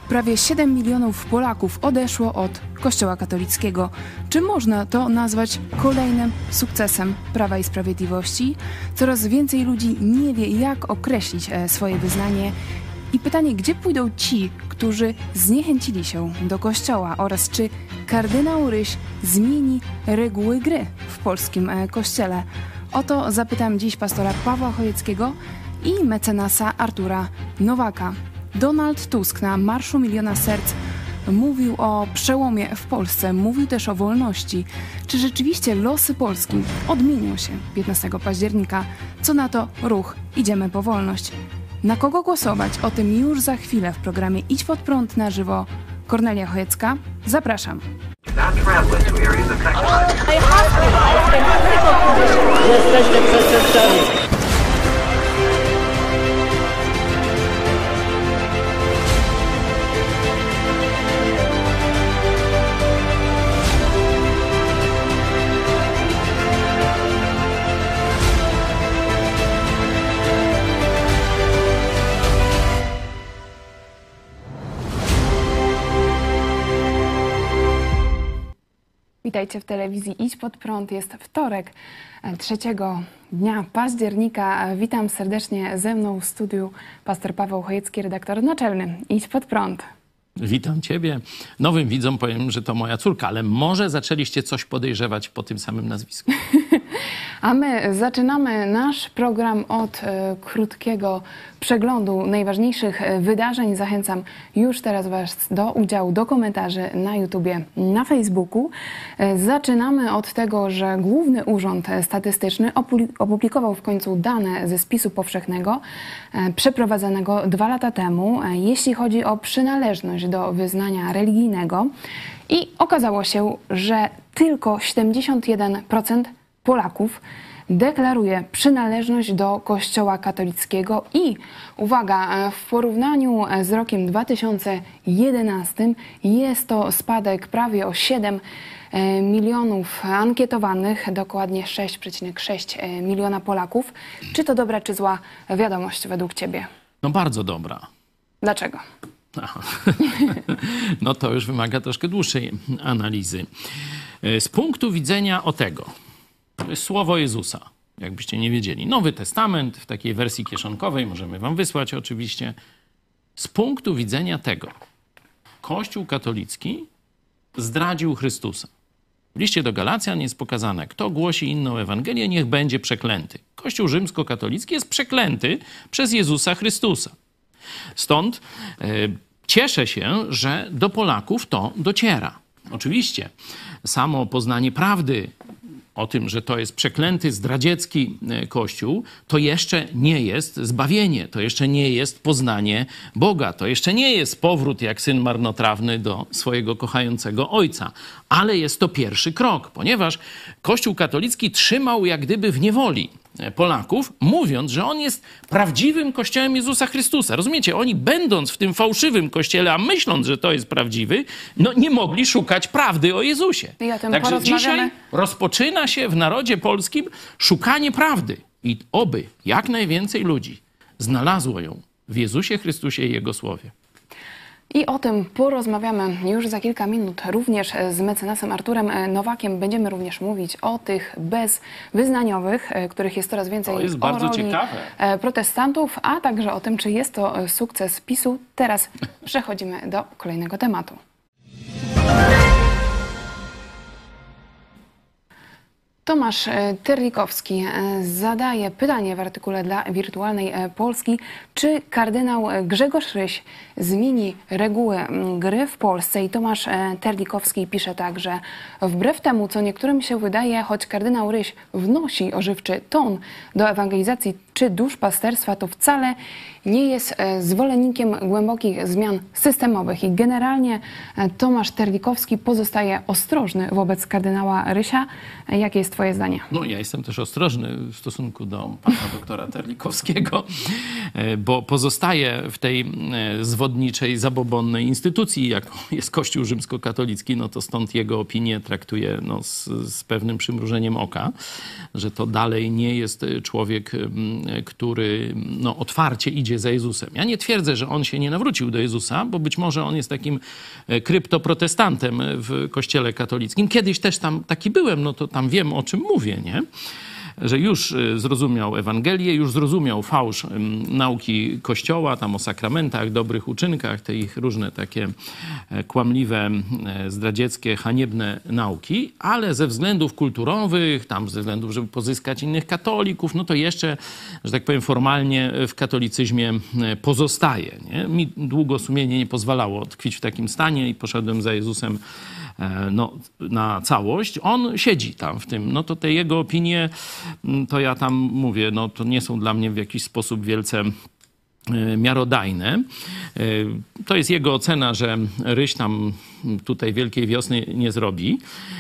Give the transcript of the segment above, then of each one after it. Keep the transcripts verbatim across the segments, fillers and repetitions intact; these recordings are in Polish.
Prawie siedem milionów Polaków odeszło od Kościoła katolickiego. Czy można to nazwać kolejnym sukcesem Prawa i Sprawiedliwości? Coraz więcej ludzi nie wie, jak określić swoje wyznanie. I pytanie, gdzie pójdą ci, którzy zniechęcili się do Kościoła, oraz czy kardynał Ryś zmieni reguły gry w polskim Kościele? O to zapytam dziś pastora Pawła Chojeckiego i mecenasa Artura Nowaka. Donald Tusk na Marszu Miliona Serc mówił o przełomie w Polsce, mówił też o wolności. Czy rzeczywiście losy Polski odmienią się piętnastego października? Co na to ruch Idziemy po wolność? Na kogo głosować? O tym już za chwilę w programie Idź Pod Prąd na żywo. Kornelia Chojecka, zapraszam. Jesteście przestępcami. Witajcie w telewizji Idź Pod Prąd. Jest wtorek, trzeciego dnia października. Witam serdecznie, ze mną w studiu pastor Paweł Chojecki, redaktor naczelny Idź Pod Prąd. Witam Ciebie. Nowym widzom powiem, że to moja córka, ale może zaczęliście coś podejrzewać po tym samym nazwisku. A my zaczynamy nasz program od e, krótkiego przeglądu najważniejszych wydarzeń. Zachęcam już teraz Was do udziału, do komentarzy na YouTubie, na Facebooku. E, zaczynamy od tego, że Główny Urząd Statystyczny opublikował w końcu dane ze spisu powszechnego e, przeprowadzonego dwa lata temu, e, jeśli chodzi o przynależność do wyznania religijnego. I okazało się, że tylko siedemdziesiąt jeden procent Polaków deklaruje przynależność do Kościoła katolickiego i uwaga, w porównaniu z rokiem dwa tysiące jedenastym jest to spadek prawie o siedem milionów ankietowanych, dokładnie sześć przecinek sześć miliona Polaków. Czy to dobra, czy zła wiadomość według Ciebie? No bardzo dobra. Dlaczego? Aha. No to już wymaga troszkę dłuższej analizy. Z punktu widzenia o tego, to jest słowo Jezusa, jakbyście nie wiedzieli. Nowy Testament w takiej wersji kieszonkowej, możemy wam wysłać oczywiście. Z punktu widzenia tego, Kościół katolicki zdradził Chrystusa. W liście do Galacjan jest pokazane, kto głosi inną Ewangelię, niech będzie przeklęty. Kościół rzymskokatolicki jest przeklęty przez Jezusa Chrystusa. Stąd e, cieszę się, że do Polaków to dociera. Oczywiście samo poznanie prawdy o tym, że to jest przeklęty, zdradziecki Kościół, to jeszcze nie jest zbawienie, to jeszcze nie jest poznanie Boga, to jeszcze nie jest powrót jak syn marnotrawny do swojego kochającego ojca, ale jest to pierwszy krok, ponieważ Kościół katolicki trzymał jak gdyby w niewoli Polaków, mówiąc, że on jest prawdziwym Kościołem Jezusa Chrystusa. Rozumiecie? Oni będąc w tym fałszywym Kościele, a myśląc, że to jest prawdziwy, no nie mogli szukać prawdy o Jezusie. I o tym Także dzisiaj rozpoczyna się w narodzie polskim szukanie prawdy. I oby jak najwięcej ludzi znalazło ją w Jezusie Chrystusie i Jego Słowie. I o tym porozmawiamy już za kilka minut również z mecenasem Arturem Nowakiem. Będziemy również mówić o tych bezwyznaniowych, których jest coraz więcej. To jest o bardzo roli ciekawe. protestantów, a także o tym, czy jest to sukces PiSu. Teraz przechodzimy do kolejnego tematu. Tomasz Terlikowski zadaje pytanie w artykule dla Wirtualnej Polski, czy kardynał Grzegorz Ryś zmieni reguły gry w Polsce. I Tomasz Terlikowski pisze tak, że wbrew temu, co niektórym się wydaje, choć kardynał Ryś wnosi ożywczy ton do ewangelizacji czy duszpasterstwa, to wcale nie jest zwolennikiem głębokich zmian systemowych. I generalnie Tomasz Terlikowski pozostaje ostrożny wobec kardynała Rysia. Jakie jest Twoje zdanie? No ja jestem też ostrożny w stosunku do pana doktora Terlikowskiego, bo pozostaje w tej zwodniczej, zabobonnej instytucji, jaką jest Kościół rzymskokatolicki, no to stąd jego opinię traktuję no, z, z pewnym przymrużeniem oka, że to dalej nie jest człowiek który no, otwarcie idzie za Jezusem. Ja nie twierdzę, że on się nie nawrócił do Jezusa, bo być może on jest takim kryptoprotestantem w Kościele katolickim. Kiedyś też tam taki byłem, no to tam wiem, o czym mówię, nie? Że już zrozumiał Ewangelię, już zrozumiał fałsz nauki Kościoła, tam o sakramentach, dobrych uczynkach, te ich różne takie kłamliwe, zdradzieckie, haniebne nauki, ale ze względów kulturowych, tam ze względów, żeby pozyskać innych katolików, no to jeszcze, że tak powiem, formalnie w katolicyzmie pozostaje. Nie? Mi długo sumienie nie pozwalało tkwić w takim stanie i poszedłem za Jezusem no, na całość. On siedzi tam w tym. No to te jego opinie, to ja tam mówię, no to nie są dla mnie w jakiś sposób wielce miarodajne. To jest jego ocena, że Ryś tam tutaj Wielkiej Wiosny nie zrobi.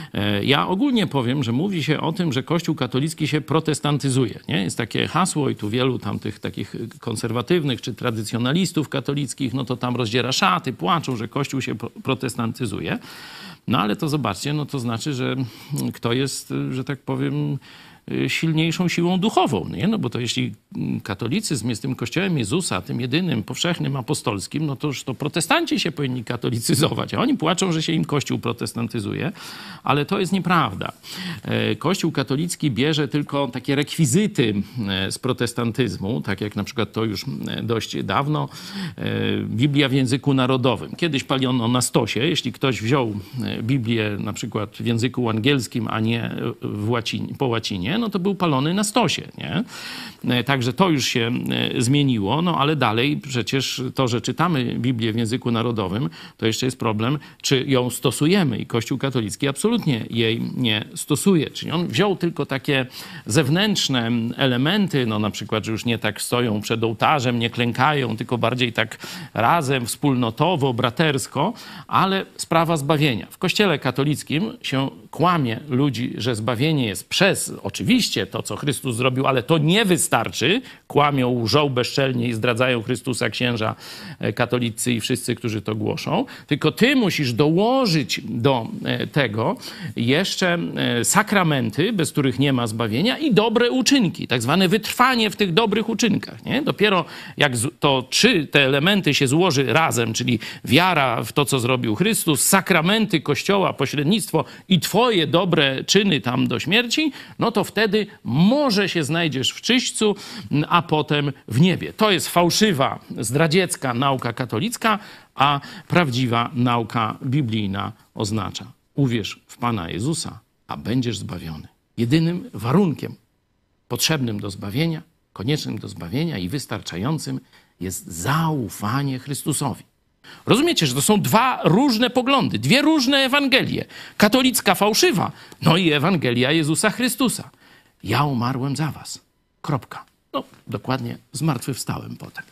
Ja ogólnie powiem, że mówi się o tym, że Kościół katolicki się protestantyzuje. Nie? Jest takie hasło i tu wielu tam tych takich konserwatywnych czy tradycjonalistów katolickich, no to tam rozdziera szaty, płaczą, że Kościół się protestantyzuje. No ale to zobaczcie, no to znaczy, że kto jest, że tak powiem, silniejszą siłą duchową, nie? No bo to jeśli katolicyzm jest tym kościołem Jezusa, tym jedynym, powszechnym, apostolskim, no to już to protestanci się powinni katolicyzować, a oni płaczą, że się im Kościół protestantyzuje, ale to jest nieprawda. Kościół katolicki bierze tylko takie rekwizyty z protestantyzmu, tak jak na przykład to już dość dawno, Biblia w języku narodowym. Kiedyś paliono na stosie, jeśli ktoś wziął Biblię na przykład w języku angielskim, a nie w łacinie, po łacinie, no to był palony na stosie, nie? Także to już się zmieniło, no ale dalej przecież to, że czytamy Biblię w języku narodowym, to jeszcze jest problem, czy ją stosujemy i Kościół katolicki absolutnie jej nie stosuje. Czyli on wziął tylko takie zewnętrzne elementy, no na przykład, że już nie tak stoją przed ołtarzem, nie klękają, tylko bardziej tak razem, wspólnotowo, bratersko, ale sprawa zbawienia. W Kościele katolickim się kłamie ludzi, że zbawienie jest przez oczywiście to, co Chrystus zrobił, ale to nie wystarczy. Kłamią, łżą bezczelnie i zdradzają Chrystusa księża katolicy i wszyscy, którzy to głoszą. Tylko ty musisz dołożyć do tego jeszcze sakramenty, bez których nie ma zbawienia, i dobre uczynki, tak zwane wytrwanie w tych dobrych uczynkach. Nie? Dopiero jak to trzy te elementy się złoży razem, czyli wiara w to, co zrobił Chrystus, sakramenty Kościoła, pośrednictwo i twoje dobre czyny tam do śmierci, no to wtedy może się znajdziesz w czyśćcu, a potem w niebie. To jest fałszywa, zdradziecka nauka katolicka, a prawdziwa nauka biblijna oznacza: uwierz w Pana Jezusa, a będziesz zbawiony. Jedynym warunkiem potrzebnym do zbawienia, koniecznym do zbawienia i wystarczającym jest zaufanie Chrystusowi. Rozumiecie, że to są dwa różne poglądy, dwie różne Ewangelie. Katolicka fałszywa, no i Ewangelia Jezusa Chrystusa. Ja umarłem za was. Kropka. No, dokładnie zmartwychwstałem potem.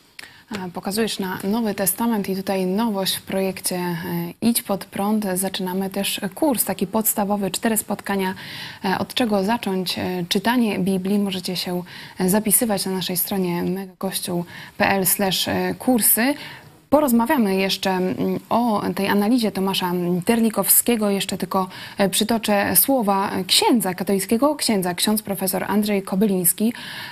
Pokazujesz na Nowy Testament i tutaj nowość w projekcie Idź pod prąd. Zaczynamy też kurs taki podstawowy, cztery spotkania. Od czego zacząć czytanie Biblii? Możecie się zapisywać na naszej stronie megakościół kropka p l slash kursy. Porozmawiamy jeszcze o tej analizie Tomasza Terlikowskiego. Jeszcze tylko przytoczę słowa księdza, katolickiego księdza. Ksiądz profesor Andrzej Kobyliński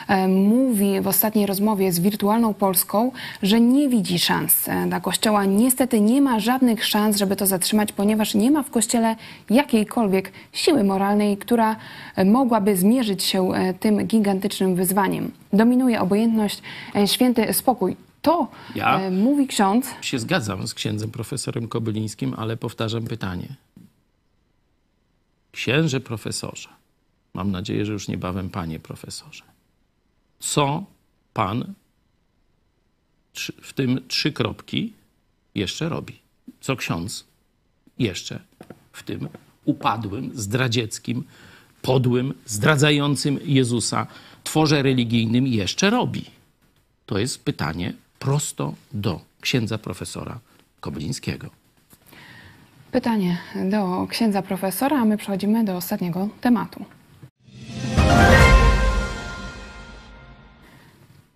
mówi w ostatniej rozmowie z Wirtualną Polską, że nie widzi szans dla Kościoła. Niestety nie ma żadnych szans, żeby to zatrzymać, ponieważ nie ma w Kościele jakiejkolwiek siły moralnej, która mogłaby zmierzyć się tym gigantycznym wyzwaniem. Dominuje obojętność, święty spokój. To ja e, mówi ksiądz. się zgadzam z księdzem profesorem Kobylińskim, ale powtarzam pytanie. Księże profesorze, mam nadzieję, że już niebawem panie profesorze, co pan trzy, w tym trzy kropki jeszcze robi? Co ksiądz jeszcze w tym upadłym, zdradzieckim, podłym, zdradzającym Jezusa tworze religijnym jeszcze robi? To jest pytanie prosto do księdza profesora Kobylińskiego. Pytanie do księdza profesora, a my przechodzimy do ostatniego tematu.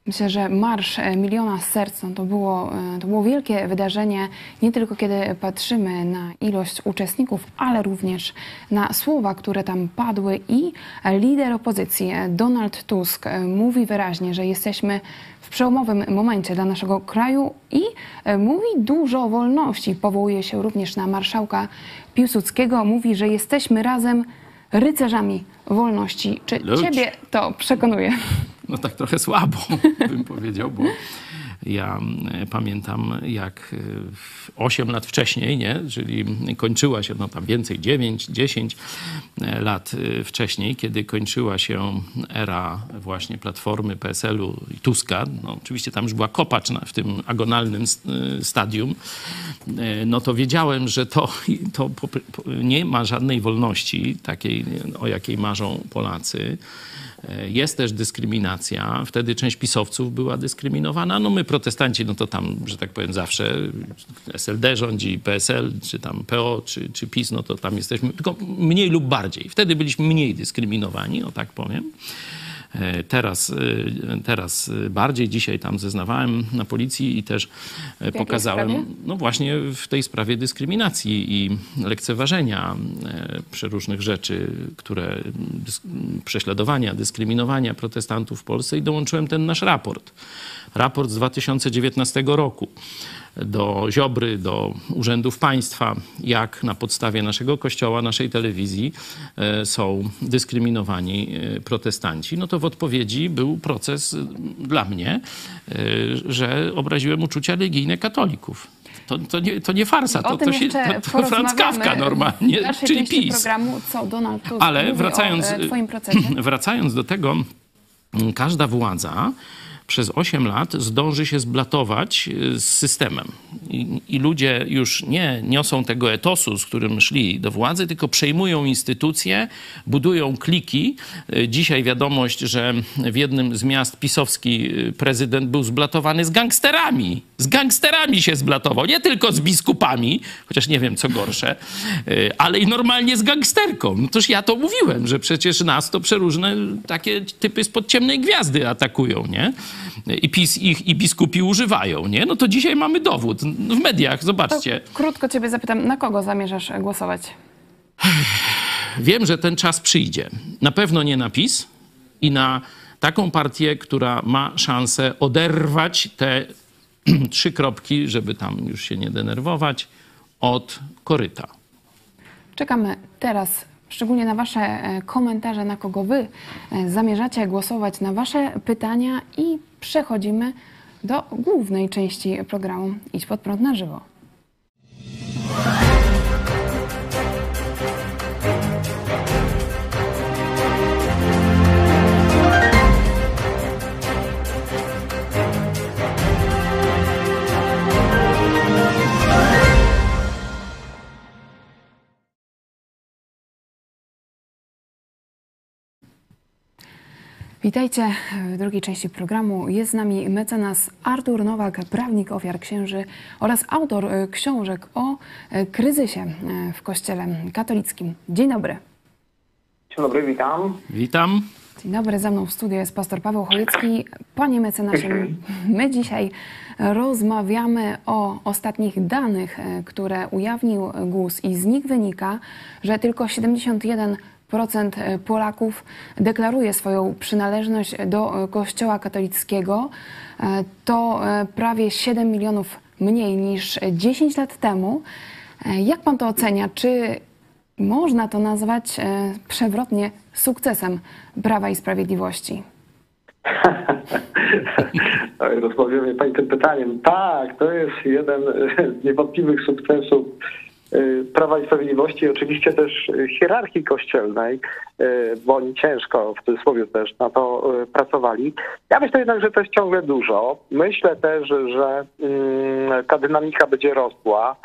Myślę, że Marsz Miliona Serc no to, było, to było wielkie wydarzenie, nie tylko kiedy patrzymy na ilość uczestników, ale również na słowa, które tam padły i lider opozycji Donald Tusk mówi wyraźnie, że jesteśmy w przełomowym momencie dla naszego kraju i mówi dużo o wolności. Powołuje się również na marszałka Piłsudskiego, mówi, że jesteśmy razem rycerzami wolności. Czy Ludź. ciebie to przekonuje? No tak trochę słabo, bym powiedział, bo ja pamiętam, jak osiem lat wcześniej, nie, czyli kończyła się, no tam więcej, dziewięć, dziesięć lat wcześniej, kiedy kończyła się era właśnie Platformy, P S L u i Tuska, no oczywiście tam już była Kopacz na, w tym agonalnym stadium, no to wiedziałem, że to, to nie ma żadnej wolności takiej, o jakiej marzą Polacy. Jest też dyskryminacja. Wtedy część pisowców była dyskryminowana. No my protestanci, no to tam, że tak powiem, zawsze S L D rządzi, P S L, czy tam P O, czy, czy PiS, no to tam jesteśmy, tylko mniej lub bardziej. Wtedy byliśmy mniej dyskryminowani, o tak powiem. Teraz, teraz bardziej. Dzisiaj tam zeznawałem na policji i też pokazałem, no właśnie w tej sprawie dyskryminacji i lekceważenia przeróżnych rzeczy, które prześladowania, dyskryminowania protestantów w Polsce i dołączyłem ten nasz raport. Raport z dwa tysiące dziewiętnastego roku do Ziobry, do urzędów państwa, jak na podstawie naszego kościoła, naszej telewizji są dyskryminowani protestanci. No to w odpowiedzi był proces dla mnie, że obraziłem uczucia religijne katolików. To, to, nie, to nie farsa, to, to, się, to, to Franz Kafka normalnie, czyli PiS. Programu, co Donald Tusk Ale wracając, o twoim procesie. wracając do tego, każda władza przez osiem lat zdąży się zblatować z systemem. I, I ludzie już nie niosą tego etosu, z którym szli do władzy, tylko przejmują instytucje, budują kliki. Dzisiaj wiadomość, że w jednym z miast pisowski prezydent był zblatowany z gangsterami. Z gangsterami się zblatował. Nie tylko z biskupami, chociaż nie wiem, co gorsze, ale i normalnie z gangsterką. No toż ja to mówiłem, że przecież nas to przeróżne takie typy spod ciemnej gwiazdy atakują, nie? I PiS ich i biskupi używają, nie? No to dzisiaj mamy dowód. W mediach, zobaczcie. To krótko ciebie zapytam, na kogo zamierzasz głosować? Wiem, że ten czas przyjdzie. Na pewno nie na PiS i na taką partię, która ma szansę oderwać te trzy kropki, żeby tam już się nie denerwować, od koryta. Czekamy teraz szczególnie na wasze komentarze, na kogo wy zamierzacie głosować, na wasze pytania i przechodzimy do głównej części programu Idź Pod Prąd na żywo. Witajcie w drugiej części programu. Jest z nami mecenas Artur Nowak, prawnik ofiar księży oraz autor książek o kryzysie w Kościele katolickim. Dzień dobry. Dzień dobry, witam. Witam. Dzień dobry, ze mną w studiu jest pastor Paweł Chojecki. Panie mecenasie, my dzisiaj rozmawiamy o ostatnich danych, które ujawnił GUS i z nich wynika, że tylko siedemdziesiąt jeden procent Polaków deklaruje swoją przynależność do Kościoła katolickiego. To prawie siedem milionów mniej niż dziesięć lat temu. Jak pan to ocenia? Czy można to nazwać przewrotnie sukcesem Prawa i Sprawiedliwości? Rozbawił mnie pani tym pytaniem. Tak, to jest jeden z niewątpliwych sukcesów Prawa i Sprawiedliwości i oczywiście też hierarchii kościelnej, bo oni ciężko, w cudzysłowie też, na to pracowali. Ja myślę jednak, że to jest ciągle dużo. Myślę też, że ta dynamika będzie rosła.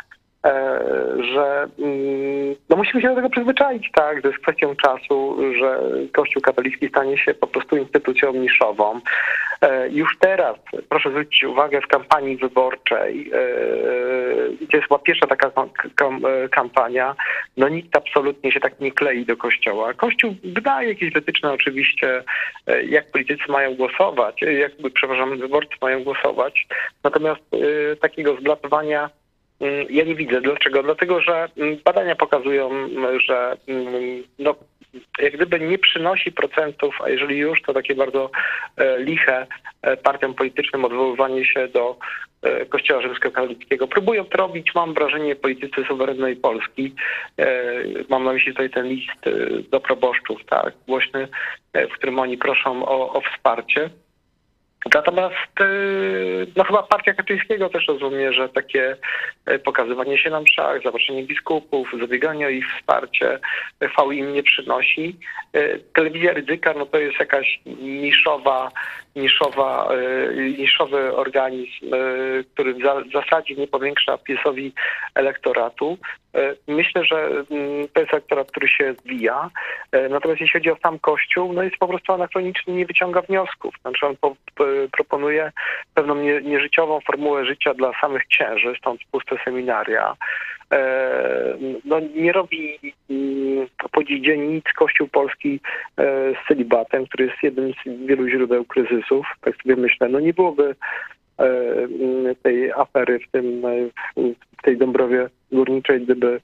że no musimy się do tego przyzwyczaić, tak, że jest kwestią czasu, że Kościół katolicki stanie się po prostu instytucją niszową. Już teraz, proszę zwrócić uwagę, w kampanii wyborczej, to jest chyba pierwsza taka kampania, no nikt absolutnie się tak nie klei do Kościoła. Kościół wydaje jakieś wytyczne oczywiście, jak politycy mają głosować, jakby, przepraszam, wyborcy mają głosować, natomiast takiego zblasowania ja nie widzę. Dlaczego? Dlatego, że badania pokazują, że no, jak gdyby nie przynosi procentów, a jeżeli już, to takie bardzo liche partiom politycznym odwoływanie się do Kościoła rzymskokatolickiego. Próbują to robić, mam wrażenie, politycy suwerennej Polski. Mam na myśli tutaj ten list do proboszczów, tak, głośny, w którym oni proszą o, o wsparcie. Natomiast no chyba Partia Kaczyńskiego też rozumie, że takie pokazywanie się na mszach, zaproszenie biskupów, zabieganie o ich wsparcie chwały im nie przynosi. Telewizja Rydzyka no to jest jakaś niszowa, niszowa, niszowy organizm, który w zasadzie nie powiększa PiS-owi elektoratu. Myślę, że to jest elektorat, który się zwija. Natomiast jeśli chodzi o sam Kościół, no jest po prostu anachroniczny, nie wyciąga wniosków. Znaczy on po, po, proponuje pewną nie, nieżyciową formułę życia dla samych księży, stąd puste seminaria. No, nie robi po dziś dzień nic Kościół polski z celibatem, który jest jednym z wielu źródeł kryzysów. Tak sobie myślę, no nie byłoby tej afery w tym, w tej Dąbrowie Górniczej, gdyby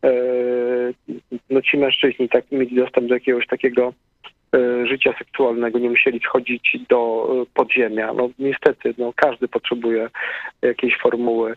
no, ci mężczyźni tak mieli dostęp do jakiegoś takiego życia seksualnego, nie musieli wchodzić do podziemia. No niestety, no, każdy potrzebuje jakiejś formuły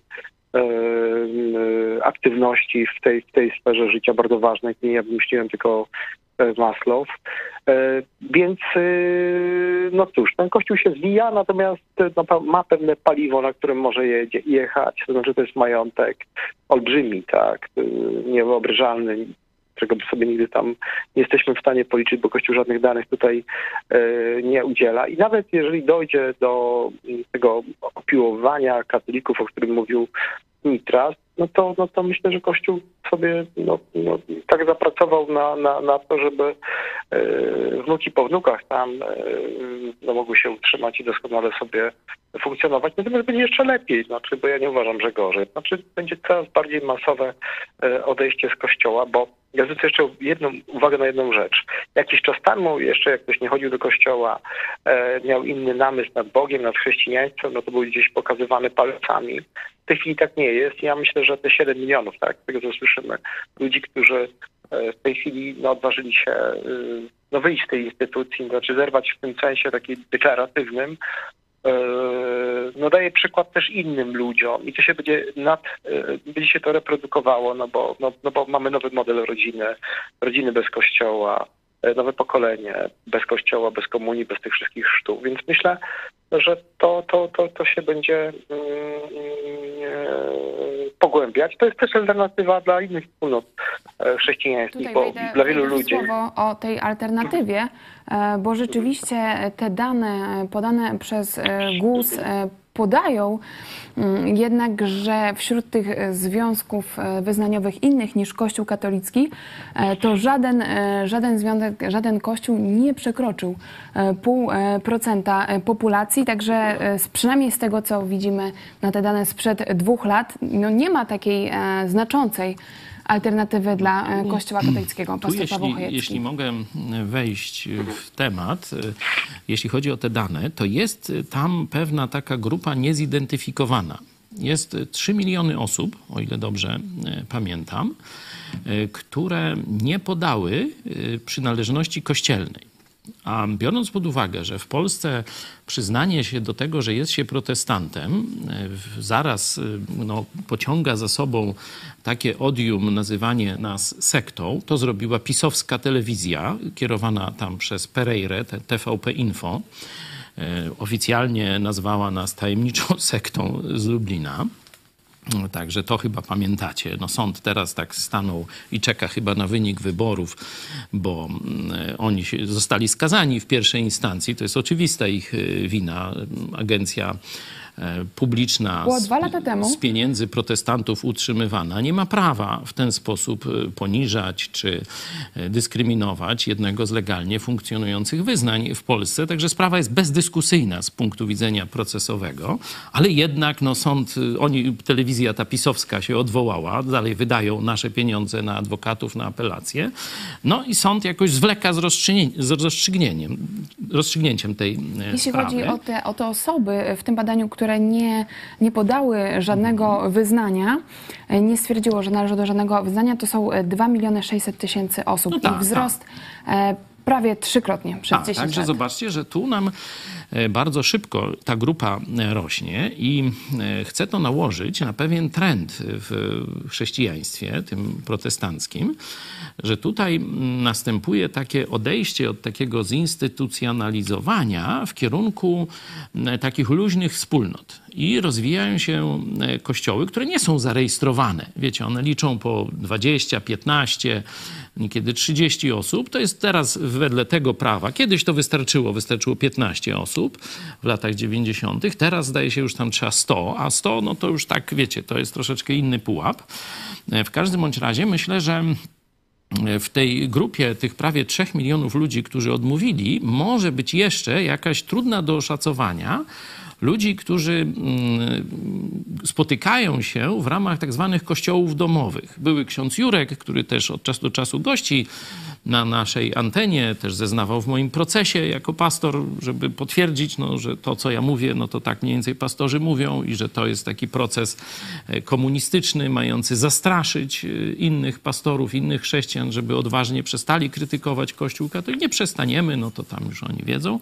aktywności w tej, w tej sferze życia bardzo ważnej. Nie wymyśliłem tylko Maslow. Więc no cóż, ten Kościół się zwija, natomiast no, ma pewne paliwo, na którym może jedzie, jechać. To znaczy to jest majątek olbrzymi, tak, niewyobrażalny, czego by sobie nigdy tam nie jesteśmy w stanie policzyć, bo Kościół żadnych danych tutaj nie udziela. I nawet jeżeli dojdzie do tego opiłowania katolików, o którym mówił Nitras, no to, no to myślę, że Kościół sobie no, no, tak zapracował na, na, na to, żeby e, wnuki po wnukach tam e, no, mogły się utrzymać i doskonale sobie funkcjonować. Natomiast będzie jeszcze lepiej, znaczy, bo ja nie uważam, że gorzej. Znaczy będzie coraz bardziej masowe e, odejście z Kościoła, bo ja zwrócę jeszcze jedną uwagę na jedną rzecz. Jakiś czas temu, jeszcze jak ktoś nie chodził do kościoła, e, miał inny namysł nad Bogiem, nad chrześcijaństwem, no to był gdzieś pokazywany palcami. W tej chwili tak nie jest. Ja myślę, że te siedem milionów, tak, z tego co słyszymy, ludzi, którzy e, w tej chwili no, odważyli się e, no, wyjść z tej instytucji, znaczy zerwać w tym sensie takim deklaratywnym, no daje przykład też innym ludziom i to się będzie nad, będzie się to reprodukowało, no bo, no, no bo mamy nowy model rodziny, rodziny bez kościoła, nowe pokolenie bez kościoła, bez komunii, bez tych wszystkich chrztów, więc myślę, że to, to, to, to się będzie mm, pogłębiać. To jest też alternatywa dla innych wspólnot chrześcijańskich, Tutaj bo wejdę, dla wielu wejdę ludzi... słowo o tej alternatywie, bo rzeczywiście te dane podane przez G U S podają jednak, że wśród tych związków wyznaniowych innych niż Kościół katolicki, to żaden, żaden związek, żaden kościół nie przekroczył pół procenta populacji, także przynajmniej z tego, co widzimy na te dane sprzed dwóch lat, no nie ma takiej znaczącej alternatywy dla Kościoła katolickiego. Tu, jeśli, jeśli mogę wejść w temat, jeśli chodzi o te dane, to jest tam pewna taka grupa niezidentyfikowana. Jest trzy miliony osób, o ile dobrze pamiętam, które nie podały przynależności kościelnej. A biorąc pod uwagę, że w Polsce przyznanie się do tego, że jest się protestantem, zaraz no, pociąga za sobą takie odium nazywanie nas sektą, to zrobiła pisowska telewizja kierowana tam przez Pereirę, T V P Info. Oficjalnie nazwała nas tajemniczą sektą z Lublina. Także to chyba pamiętacie. No sąd teraz tak stanął i czeka chyba na wynik wyborów, bo oni zostali skazani w pierwszej instancji. To jest oczywista ich wina. Agencja publiczna Było z, dwa lata temu. z pieniędzy protestantów utrzymywana, nie ma prawa w ten sposób poniżać czy dyskryminować jednego z legalnie funkcjonujących wyznań w Polsce. Także sprawa jest bezdyskusyjna z punktu widzenia procesowego, ale jednak no, sąd, oni, telewizja ta pisowska się odwołała, dalej wydają nasze pieniądze na adwokatów, na apelację. No i sąd jakoś zwleka z, rozstrzygnię, z rozstrzygnięciem, rozstrzygnięciem tej Jeśli sprawy. chodzi o te, o te osoby w tym badaniu, które nie, nie podały żadnego wyznania, nie stwierdziło, że należą do żadnego wyznania, to są dwa miliony sześćset tysięcy osób. No tak, I wzrost e, prawie trzykrotnie przez Tak, dziesięć także lat. zobaczcie, że tu nam bardzo szybko ta grupa rośnie i chce to nałożyć na pewien trend w chrześcijaństwie, tym protestanckim, że tutaj następuje takie odejście od takiego zinstytucjonalizowania w kierunku takich luźnych wspólnot. I rozwijają się kościoły, które nie są zarejestrowane. Wiecie, one liczą po dwadzieścia, piętnaście, niekiedy trzydzieści osób. To jest teraz wedle tego prawa. Kiedyś to wystarczyło, wystarczyło piętnaście osób w latach dziewięćdziesiątych. Teraz zdaje się już tam trzeba sto, a sto no to już tak, wiecie, to jest troszeczkę inny pułap. W każdym bądź razie myślę, że w tej grupie tych prawie trzech milionów ludzi, którzy odmówili, może być jeszcze jakaś trudna do oszacowania ludzi, którzy spotykają się w ramach tak zwanych kościołów domowych. Były ksiądz Jurek, który też od czasu do czasu gości na naszej antenie, też zeznawał w moim procesie jako pastor, żeby potwierdzić, no, że to, co ja mówię, no to tak mniej więcej pastorzy mówią i że to jest taki proces komunistyczny, mający zastraszyć innych pastorów, innych chrześcijan, żeby odważnie przestali krytykować Kościół katolicki. Nie przestaniemy, no to tam już oni wiedzą.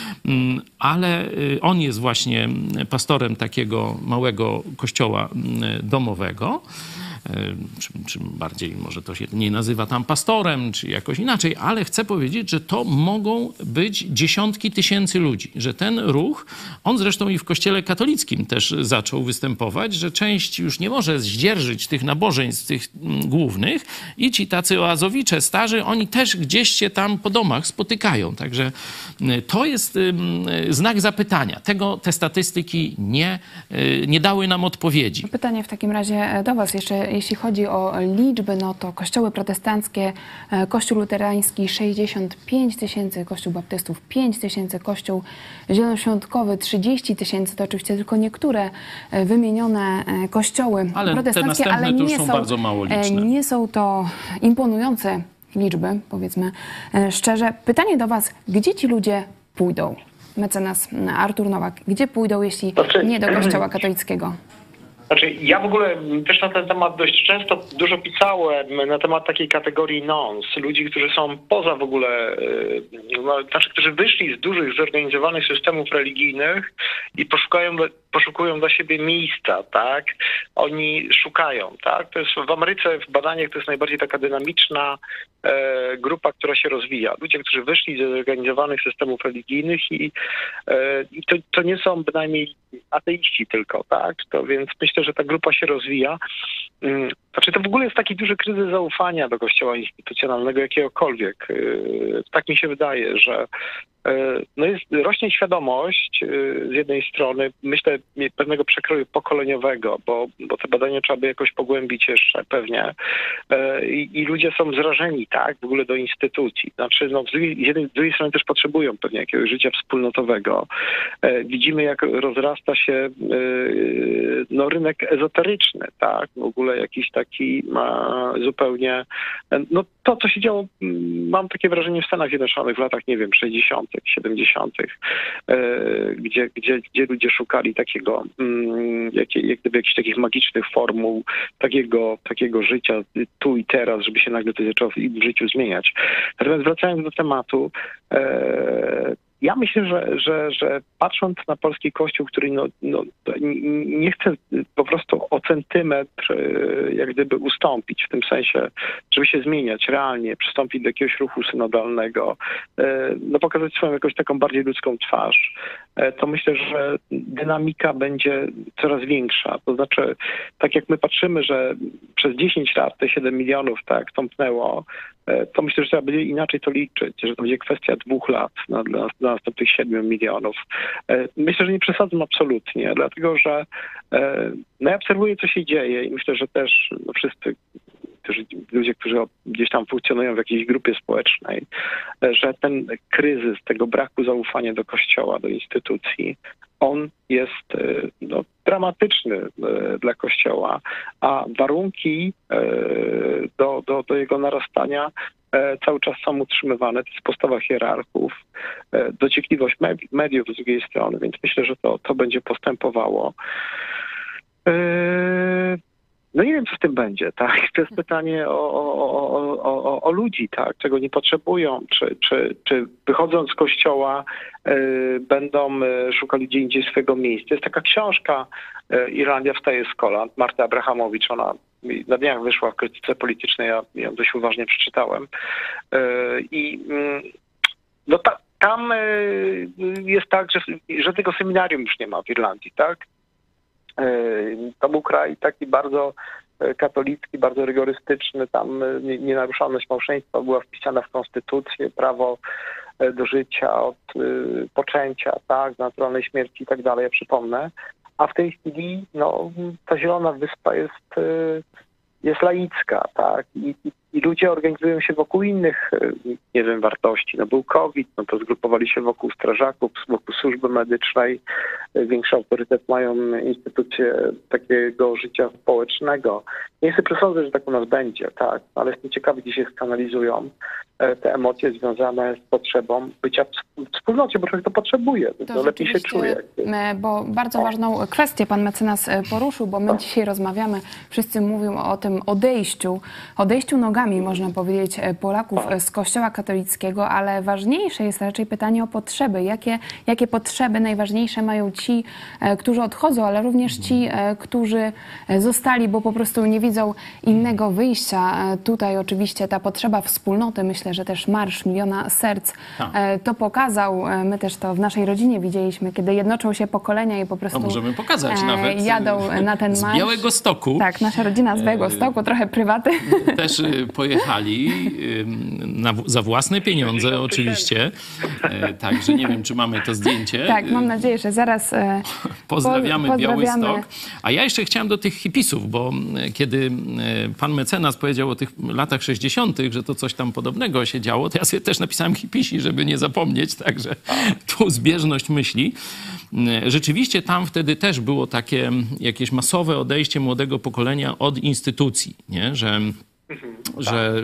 Ale on jest właśnie pastorem takiego małego kościoła domowego. Czy, czy bardziej może to się nie nazywa tam pastorem, czy jakoś inaczej, ale chcę powiedzieć, że to mogą być dziesiątki tysięcy ludzi, że ten ruch, on zresztą i w kościele katolickim też zaczął występować, że część już nie może zdzierżyć tych nabożeństw, tych głównych i ci tacy oazowicze starzy, oni też gdzieś się tam po domach spotykają. Także to jest znak zapytania. Tego te statystyki nie, nie dały nam odpowiedzi. Pytanie w takim razie do was jeszcze. Jeśli chodzi o liczby, no to kościoły protestanckie, kościół luterański sześćdziesiąt pięć tysięcy, kościół baptystów pięć tysięcy, kościół zielonoświątkowy trzydzieści tysięcy, to oczywiście tylko niektóre wymienione kościoły ale protestanckie, te ale to już nie są, są, bardzo mało liczne. Nie są to imponujące liczby, powiedzmy szczerze. Pytanie do was, gdzie ci ludzie pójdą? Mecenas Artur Nowak, gdzie pójdą, jeśli nie do kościoła katolickiego? Znaczy, ja w ogóle też na ten temat dość często dużo pisałem na temat takiej kategorii nons, ludzi, którzy są poza w ogóle, no, znaczy, którzy wyszli z dużych, zorganizowanych systemów religijnych i poszukają, poszukują dla siebie miejsca, tak? Oni szukają, tak? To jest w Ameryce w badaniach to jest najbardziej taka dynamiczna e, grupa, która się rozwija. Ludzie, którzy wyszli z zorganizowanych systemów religijnych i, e, i to, to nie są bynajmniej ateiści tylko, tak? To więc myślę, że ta grupa się rozwija. Znaczy to w ogóle jest taki duży kryzys zaufania do kościoła instytucjonalnego jakiegokolwiek. Tak mi się wydaje, że no jest, rośnie świadomość z jednej strony, myślę, pewnego przekroju pokoleniowego, bo, bo te badania trzeba by jakoś pogłębić jeszcze pewnie. I, i ludzie są zrażeni, tak, w ogóle do instytucji. Znaczy, no, z, drugiej, z jednej z drugiej strony też potrzebują pewnie jakiegoś życia wspólnotowego. Widzimy, jak rozrasta się no, rynek ezoteryczny, tak, w ogóle jakiś taki ma zupełnie, no to, co się działo, mam takie wrażenie w Stanach Zjednoczonych w latach, nie wiem, sześćdziesiątych, siedemdziesiątych, gdzie, gdzie, gdzie ludzie szukali takiego, jak, jak gdyby jakichś takich magicznych formuł, takiego, takiego życia tu i teraz, żeby się nagle to zaczęło w życiu zmieniać. Natomiast wracając do tematu, ja myślę, że, że, że patrząc na polski kościół, który no, no, nie chce po prostu o centymetr jak gdyby ustąpić, w tym sensie, żeby się zmieniać realnie, przystąpić do jakiegoś ruchu synodalnego, no pokazać swoją jakąś taką bardziej ludzką twarz, to myślę, że dynamika będzie coraz większa. To znaczy, tak jak my patrzymy, że przez dziesięć lat te siedem milionów tak tąpnęło, to myślę, że trzeba będzie inaczej to liczyć, że to będzie kwestia dwóch lat na, dla, dla następnych siedmiu milionów. Myślę, że nie przesadzam absolutnie, dlatego że no ja obserwuję, co się dzieje i myślę, że też no, wszyscy którzy, ludzie, którzy gdzieś tam funkcjonują w jakiejś grupie społecznej, że ten kryzys tego braku zaufania do Kościoła, do instytucji, on jest no, dramatyczny dla Kościoła, a warunki do, do, do jego narastania cały czas są utrzymywane. To jest postawa hierarchów, dociekliwość mediów z drugiej strony, więc myślę, że to, to będzie postępowało. No nie wiem, co z tym będzie, tak? To jest pytanie o, o, o, o, o ludzi, tak? Czego nie potrzebują, czy, czy, czy wychodząc z kościoła y, będą y, szukali gdzie indziej swojego miejsca. Jest taka książka y, Irlandia wstaje z kolan, Marty Abrahamowicz, ona na dniach wyszła w krytyce politycznej, ja ją dość uważnie przeczytałem. Y, I y, no ta, tam y, jest tak, że, że tego seminarium już nie ma w Irlandii, tak? To był kraj taki bardzo katolicki, bardzo rygorystyczny. Tam nienaruszalność małżeństwa była wpisana w konstytucję, prawo do życia od poczęcia, tak, naturalnej śmierci i tak dalej, ja przypomnę. A w tej chwili no, ta Zielona Wyspa jest, jest laicka, tak, I, i ludzie organizują się wokół innych, nie wiem, wartości. No był COVID, no to zgrupowali się wokół strażaków, wokół służby medycznej. Większy autorytet mają instytucje takiego życia społecznego. Nie chcę przesądzać, że tak u nas będzie, tak, ale jestem ciekawy, gdzie się skanalizują te emocje związane z potrzebą bycia w wspólnocie, bo człowiek to potrzebuje, to, to lepiej się czuje. Bo bardzo ważną kwestię pan mecenas poruszył, bo my dzisiaj rozmawiamy, wszyscy mówią o tym odejściu, odejściu nogami, można powiedzieć, Polaków z Kościoła katolickiego, ale ważniejsze jest raczej pytanie o potrzeby. Jakie, jakie potrzeby najważniejsze mają ci, którzy odchodzą, ale również ci, którzy zostali, bo po prostu nie widzą innego wyjścia. Tutaj oczywiście ta potrzeba wspólnoty, myślę, że też Marsz Miliona Serc A. to pokazał. My też to w naszej rodzinie widzieliśmy, kiedy jednoczą się pokolenia i po prostu no, możemy pokazać nawet jadą na ten marsz. Z Białegostoku. Tak, nasza rodzina z Białegostoku, trochę prywaty. Też pojechali na, za własne pieniądze oczywiście. Także nie wiem, czy mamy to zdjęcie. Tak, mam nadzieję, że zaraz pozdrawiamy, po, pozdrawiamy Białystok. A ja jeszcze chciałem do tych hipisów, bo kiedy pan mecenas powiedział o tych latach sześćdziesiątych, że to coś tam podobnego się działo, to ja sobie też napisałem hipisi, żeby nie zapomnieć, także tu zbieżność myśli. Rzeczywiście tam wtedy też było takie jakieś masowe odejście młodego pokolenia od instytucji, nie? Że że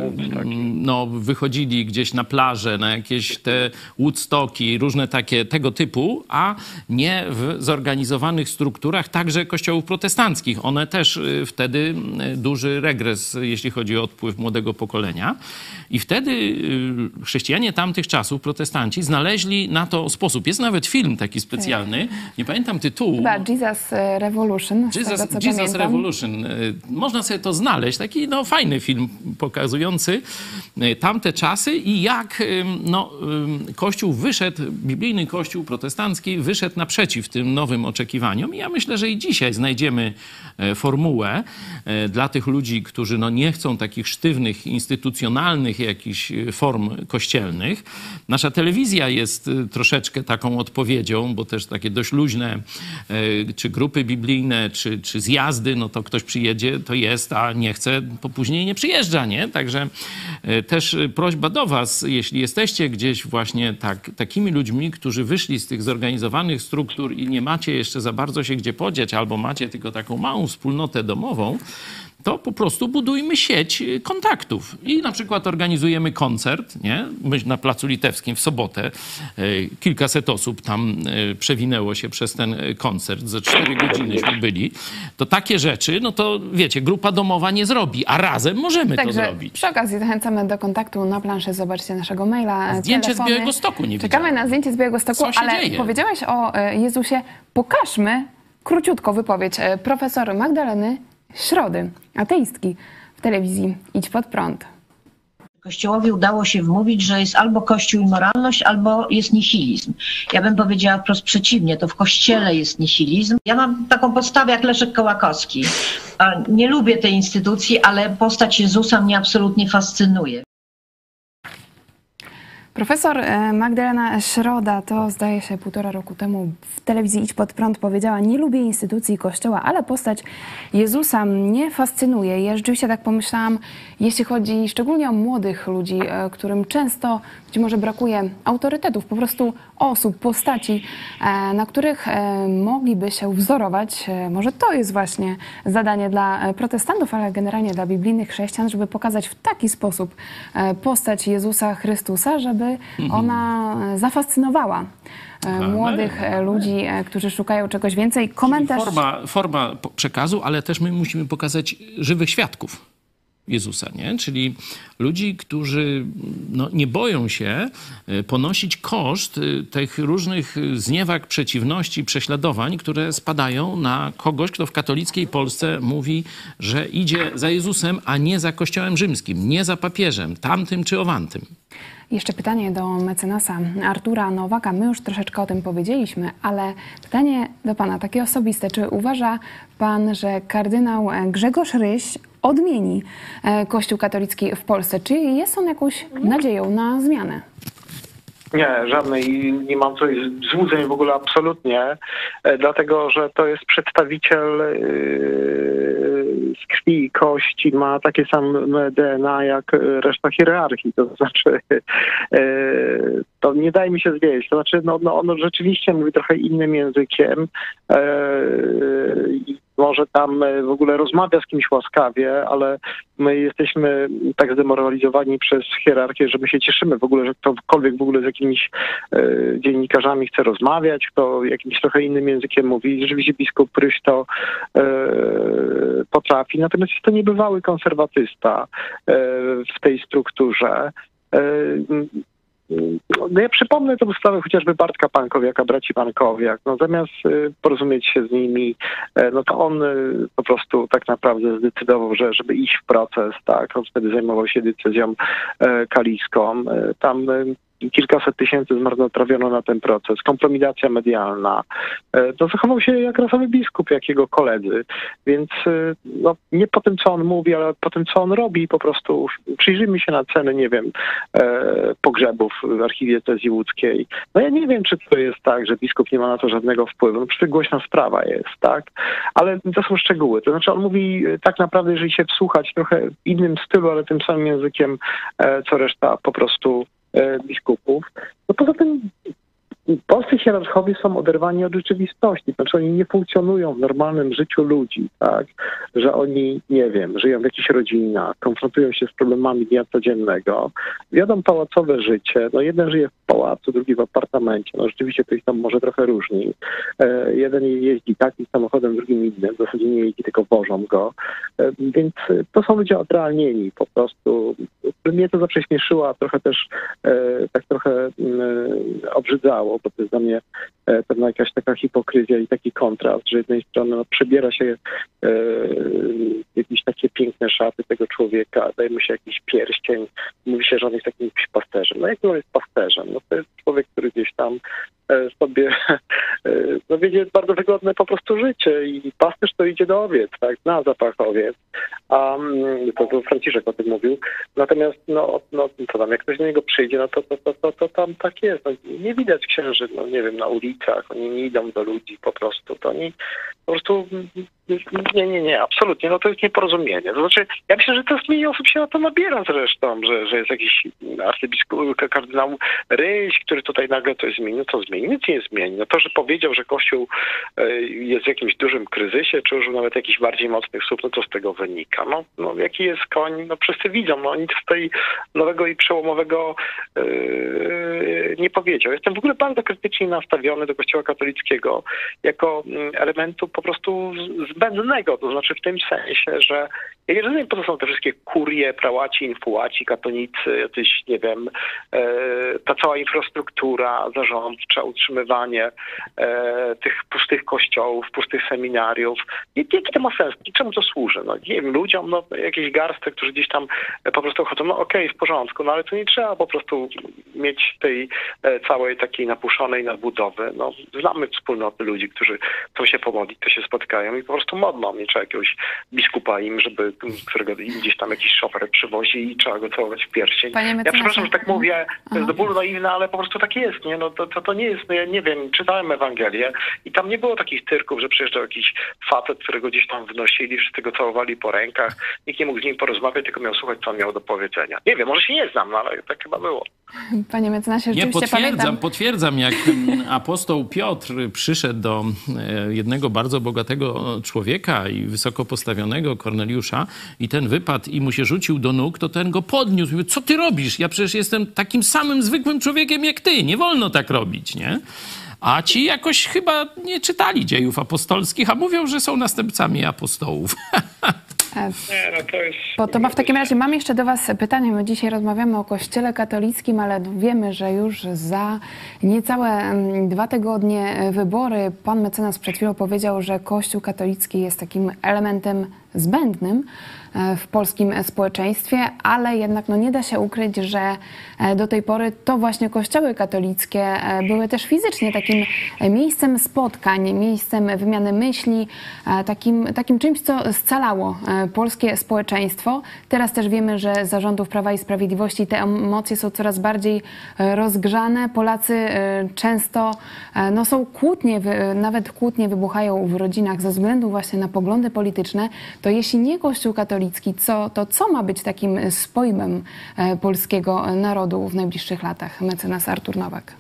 no, wychodzili gdzieś na plażę, na jakieś te Woodstocki, różne takie tego typu, a nie w zorganizowanych strukturach, także kościołów protestanckich. One też wtedy duży regres, jeśli chodzi o odpływ młodego pokolenia. I wtedy chrześcijanie tamtych czasów, protestanci, znaleźli na to sposób. Jest nawet film taki specjalny, nie pamiętam tytułu. Chyba Jesus Revolution. Jesus, tego, co Jesus pamiętam. Revolution. Można sobie to znaleźć. Taki no, fajny film pokazujący tamte czasy i jak no, Kościół wyszedł, biblijny Kościół protestancki wyszedł naprzeciw tym nowym oczekiwaniom. I ja myślę, że i dzisiaj znajdziemy formułę dla tych ludzi, którzy no, nie chcą takich sztywnych, instytucjonalnych jakichś form kościelnych. Nasza telewizja jest troszeczkę taką odpowiedzią, bo też takie dość luźne czy grupy biblijne, czy, czy zjazdy, no to ktoś przyjedzie, to jest, a nie chce, po później nie przyjeżdża, nie? Także też prośba do was, jeśli jesteście gdzieś właśnie tak, takimi ludźmi, którzy wyszli z tych zorganizowanych struktur i nie macie jeszcze za bardzo się gdzie podziać, albo macie tylko taką małą wspólnotę domową, to po prostu budujmy sieć kontaktów. I na przykład organizujemy koncert, nie? My na Placu Litewskim w sobotę kilkaset osób tam przewinęło się przez ten koncert. Za cztery godzinęśmy byli. To takie rzeczy, no to wiecie, grupa domowa nie zrobi, a razem możemy Także to zrobić. Przy okazji zachęcamy do kontaktu na planszy. Zobaczcie naszego maila, zdjęcie telefony. z Białegostoku nie Czekamy widziałem. na zdjęcie z Białegostoku, Co się ale dzieje? powiedziałeś o Jezusie. Pokażmy króciutko wypowiedź profesor Magdaleny Środy, ateistki w telewizji Idź Pod Prąd. Kościołowi udało się wmówić, że jest albo Kościół i moralność, albo jest nihilizm. Ja bym powiedziała wprost przeciwnie, to w Kościele jest nihilizm. Ja mam taką postawę jak Leszek Kołakowski. Nie lubię tej instytucji, ale postać Jezusa mnie absolutnie fascynuje. Profesor e, Magdalena Środa to zdaje się półtora roku temu w telewizji Idź Pod Prąd powiedziała: nie lubię instytucji Kościoła, ale postać Jezusa mnie fascynuje. Ja rzeczywiście tak pomyślałam, jeśli chodzi szczególnie o młodych ludzi, e, którym często być może brakuje autorytetów, po prostu osób, postaci, e, na których e, mogliby się wzorować. E, może to jest właśnie zadanie dla protestantów, ale generalnie dla biblijnych chrześcijan, żeby pokazać w taki sposób e, postać Jezusa Chrystusa, żeby ona zafascynowała e, młodych e, ludzi, e, którzy szukają czegoś więcej. Komentarz... Forma, forma przekazu, ale też my musimy pokazać żywych świadków Jezusa, nie? Czyli ludzi, którzy no, nie boją się ponosić koszt tych różnych zniewag, przeciwności, prześladowań, które spadają na kogoś, kto w katolickiej Polsce mówi, że idzie za Jezusem, a nie za Kościołem rzymskim, nie za papieżem, tamtym czy owantym. Jeszcze pytanie do mecenasa Artura Nowaka. My już troszeczkę o tym powiedzieliśmy, ale pytanie do pana takie osobiste. Czy uważa pan, że kardynał Grzegorz Ryś odmieni Kościół katolicki w Polsce? Czy jest on jakąś nadzieją na zmianę? Nie, żadnej, nie mam coś złudzeń w ogóle absolutnie, dlatego że to jest przedstawiciel z krwi i kości, ma takie same D N A jak reszta hierarchii, to znaczy to nie daje mi się zwieść, to znaczy no, no on rzeczywiście mówi trochę innym językiem i może tam w ogóle rozmawia z kimś łaskawie, ale my jesteśmy tak zdemoralizowani przez hierarchię, że my się cieszymy w ogóle, że ktokolwiek w ogóle z jakimiś e, dziennikarzami chce rozmawiać, kto jakimś trochę innym językiem mówi. Rzeczywiście biskup Ryś to e, potrafi, natomiast jest to niebywały konserwatysta e, w tej strukturze. E, No ja przypomnę tę sprawę chociażby Bartka Pankowiaka, braci Pankowiak. No zamiast porozumieć się z nimi, no to on po prostu tak naprawdę zdecydował, że żeby iść w proces, tak, on wtedy zajmował się decyzją kaliską. Tam kilkaset tysięcy zmarnotrawiono na ten proces, kompromitacja medialna. To zachował się jak rasowy biskup, jak jego koledzy. Więc no, nie po tym, co on mówi, ale po tym, co on robi, po prostu przyjrzyjmy się na ceny, nie wiem, pogrzebów w archidiecezji łódzkiej. No ja nie wiem, czy to jest tak, że biskup nie ma na to żadnego wpływu. No przecież głośna sprawa jest, tak? Ale to są szczegóły. To znaczy on mówi tak naprawdę, jeżeli się wsłuchać trochę w innym stylu, ale tym samym językiem, co reszta po prostu biskupów. No poza tym polscy hierarchowie są oderwani od rzeczywistości, znaczy oni nie funkcjonują w normalnym życiu ludzi, tak, że oni, nie wiem, żyją w jakichś rodzinach, konfrontują się z problemami dnia codziennego, wiodą pałacowe życie, no jeden żyje w pałacu, drugi w apartamencie, no rzeczywiście to ich tam może trochę różni. E, jeden jeździ takim samochodem, drugim innym, w zasadzie nie jeździ, tylko wożą go, e, więc to są ludzie odrealnieni po prostu. Mnie to zawsze śmieszyło, a trochę też e, tak trochę e, obrzydzało, bo to jest dla mnie e, pewna jakaś taka hipokryzja i taki kontrast, że z jednej strony no, przebiera się e, jakieś takie piękne szaty tego człowieka, daje mu się jakiś pierścień, mówi się, że on jest jakimś pasterzem. No jak on jest pasterzem? No to jest człowiek, który gdzieś tam e, sobie e, no wiedzie bardzo wygodne po prostu życie i pasterz to idzie do owiec, tak, na zapach owiec. A to, to Franciszek o tym mówił. Natomiast no, no to tam, jak ktoś do niego przyjdzie, no to, to, to, to, to tam tak jest. No, nie widać księży, no nie wiem, na ulicach, oni nie idą do ludzi po prostu. To oni po prostu nie, nie, nie, absolutnie, no to jest nieporozumienie. To znaczy, ja myślę, że coraz mniej osób się na to nabiera zresztą, że, że jest jakiś arcybiskup, kardynał Ryś, który tutaj nagle coś zmieni, no to zmieni, nic nie zmieni. No to, że powiedział, że Kościół jest w jakimś dużym kryzysie, czy użył nawet jakichś bardziej mocnych słów, no to z tego wynika. No, no jaki jest koń, no wszyscy widzą, no nic tutaj nowego i przełomowego yy, nie powiedział. Jestem w ogóle bardzo krytycznie nastawiony do Kościoła katolickiego jako elementu po prostu zbędnego, to znaczy w tym sensie, że ja nie rozumiem, po co są te wszystkie kurie, prałaci, infułaci, katolicy, jacyś, nie wiem, e, ta cała infrastruktura zarządcza, utrzymywanie e, tych pustych kościołów, pustych seminariów. Jaki to ma sens? Czemu to służy? No nie wiem, ludziom, no jakieś garstek, którzy gdzieś tam po prostu chodzą, no okej, okay, w porządku, no ale to nie trzeba po prostu mieć tej e, całej takiej napuszonej nadbudowy. No znamy wspólnoty ludzi, którzy chcą się pomodlić, to się spotkają i po prostu modlą. Nie trzeba jakiegoś biskupa im, żeby którego im gdzieś tam jakiś szofer przywozi i trzeba go całować w pierścień. Panie Ja mecenasie. przepraszam, że tak mówię, to Aha. jest do bólu naiwne, ale po prostu tak jest, nie? No to, to, to nie jest, no ja nie wiem, czytałem Ewangelię i tam nie było takich cyrków, że przyjeżdżał jakiś facet, którego gdzieś tam wnosili, wszyscy go całowali po rękach, nikt nie mógł z nim porozmawiać, tylko miał słuchać, co on miał do powiedzenia. Nie wiem, może się nie znam, no, ale tak chyba było. Panie mecenasie, Nie, rzeczywiście potwierdzam, pamiętam. potwierdzam, jak mm, apostoł Piotr przyszedł do e, jednego bardzo bogatego człowieka i wysoko postawionego Korneliusza i ten wypadł i mu się rzucił do nóg, to ten go podniósł. Mówi, co ty robisz? Ja przecież jestem takim samym zwykłym człowiekiem jak ty. Nie wolno tak robić, nie? A ci jakoś chyba nie czytali dziejów apostolskich, a mówią, że są następcami apostołów. Nie, no to jest... Bo to ma w takim razie mam jeszcze do was pytanie. My dzisiaj rozmawiamy o Kościele katolickim, ale wiemy, że już za niecałe mm, dwa tygodnie wybory. Pan mecenas przed chwilą powiedział, że Kościół katolicki jest takim elementem zbędnym w polskim społeczeństwie, ale jednak no, nie da się ukryć, że do tej pory to właśnie kościoły katolickie były też fizycznie takim miejscem spotkań, miejscem wymiany myśli, takim, takim czymś, co scalało polskie społeczeństwo. Teraz też wiemy, że za rządów Prawa i Sprawiedliwości te emocje są coraz bardziej rozgrzane. Polacy często no, są kłótnie, nawet kłótnie wybuchają w rodzinach ze względu właśnie na poglądy polityczne. To jeśli nie Kościół katolicki, co, to co ma być takim spojmem polskiego narodu w najbliższych latach? Mecenas Artur Nowak.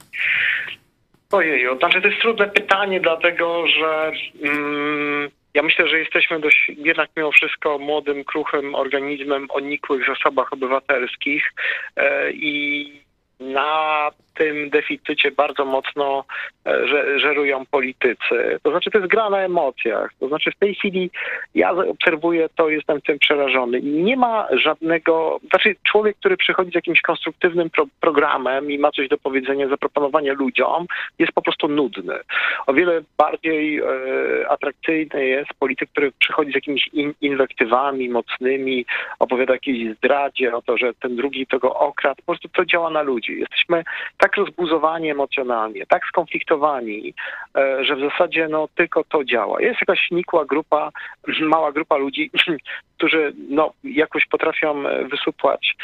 Ojeju, znaczy to jest trudne pytanie, dlatego że mm, ja myślę, że jesteśmy dość jednak mimo wszystko młodym, kruchym organizmem o nikłych zasobach obywatelskich e, i na tym deficycie bardzo mocno e, żerują politycy. To znaczy to jest gra na emocjach. To znaczy w tej chwili ja obserwuję to, jestem tym przerażony. I nie ma żadnego... Znaczy człowiek, który przychodzi z jakimś konstruktywnym pro, programem i ma coś do powiedzenia, zaproponowania ludziom, jest po prostu nudny. O wiele bardziej e, atrakcyjny jest polityk, który przychodzi z jakimiś in, inwektywami mocnymi, opowiada o jakiejś zdradzie, o to, że ten drugi to go okradł. Po prostu to działa na ludzi. Jesteśmy tak rozbuzowani emocjonalnie, tak skonfliktowani, że w zasadzie no, tylko to działa. Jest jakaś nikła grupa, mała grupa ludzi, którzy no, jakoś potrafią wysupłać,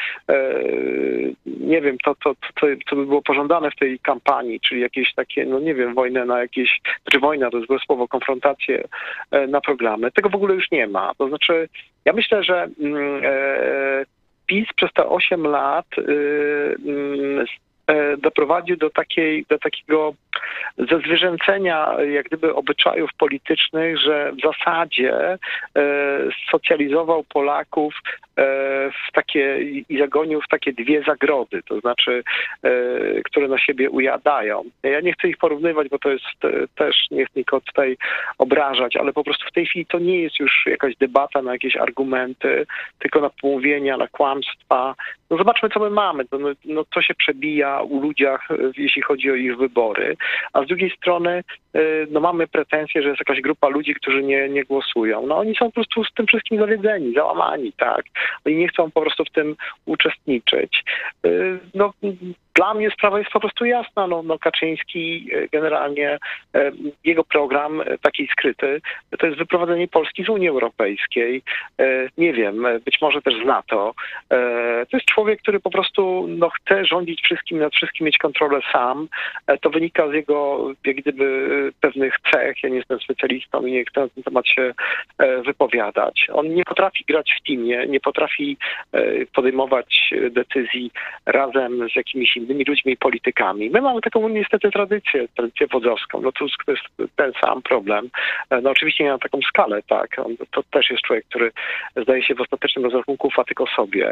nie wiem, to, to, to, co by było pożądane w tej kampanii, czyli jakieś takie, no nie wiem, wojnę na jakieś, znaczy wojna to jest złe słowo, konfrontację na programy. Tego w ogóle już nie ma. To znaczy, ja myślę, że mm, e, PiS przez te osiem lat y, y, doprowadził do takiej, do takiego zezwierzęcenia jak gdyby obyczajów politycznych, że w zasadzie e, socjalizował Polaków e, w takie i zagonił w takie dwie zagrody, to znaczy, e, które na siebie ujadają. Ja nie chcę ich porównywać, bo to jest e, też, nie chcę nikogo tutaj obrażać, ale po prostu w tej chwili to nie jest już jakaś debata na jakieś argumenty, tylko na pomówienia, na kłamstwa. No zobaczmy, co my mamy. No, no, co się przebija u ludziach, jeśli chodzi o ich wybory. A z drugiej strony no, mamy pretensje, że jest jakaś grupa ludzi, którzy nie, nie głosują. No oni są po prostu z tym wszystkim zawiedzeni, załamani, tak. Oni nie chcą po prostu w tym uczestniczyć. No, dla mnie sprawa jest po prostu jasna. No, no Kaczyński generalnie, jego program taki skryty, to jest wyprowadzenie Polski z Unii Europejskiej. Nie wiem, być może też z NATO. To jest człowiek, który po prostu no, chce rządzić wszystkim, nad wszystkim mieć kontrolę sam. To wynika z jego jak gdyby pewnych cech. Ja nie jestem specjalistą i nie chcę na ten temat się wypowiadać. On nie potrafi grać w teamie, nie potrafi podejmować decyzji razem z jakimiś innymi ludźmi i politykami. My mamy taką niestety tradycję, tradycję wodzowską. No Tusk to jest ten sam problem. No oczywiście nie na taką skalę, tak. On, to też jest człowiek, który zdaje się w ostatecznym rozrachunku ufa tylko sobie.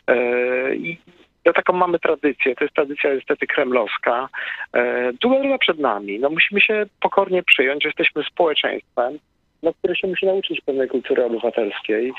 I no, taką mamy tradycję. To jest tradycja niestety kremlowska. Długa droga przed nami. No musimy się pokornie przyjąć, że jesteśmy społeczeństwem, no, które się musi nauczyć pewnej kultury obywatelskiej.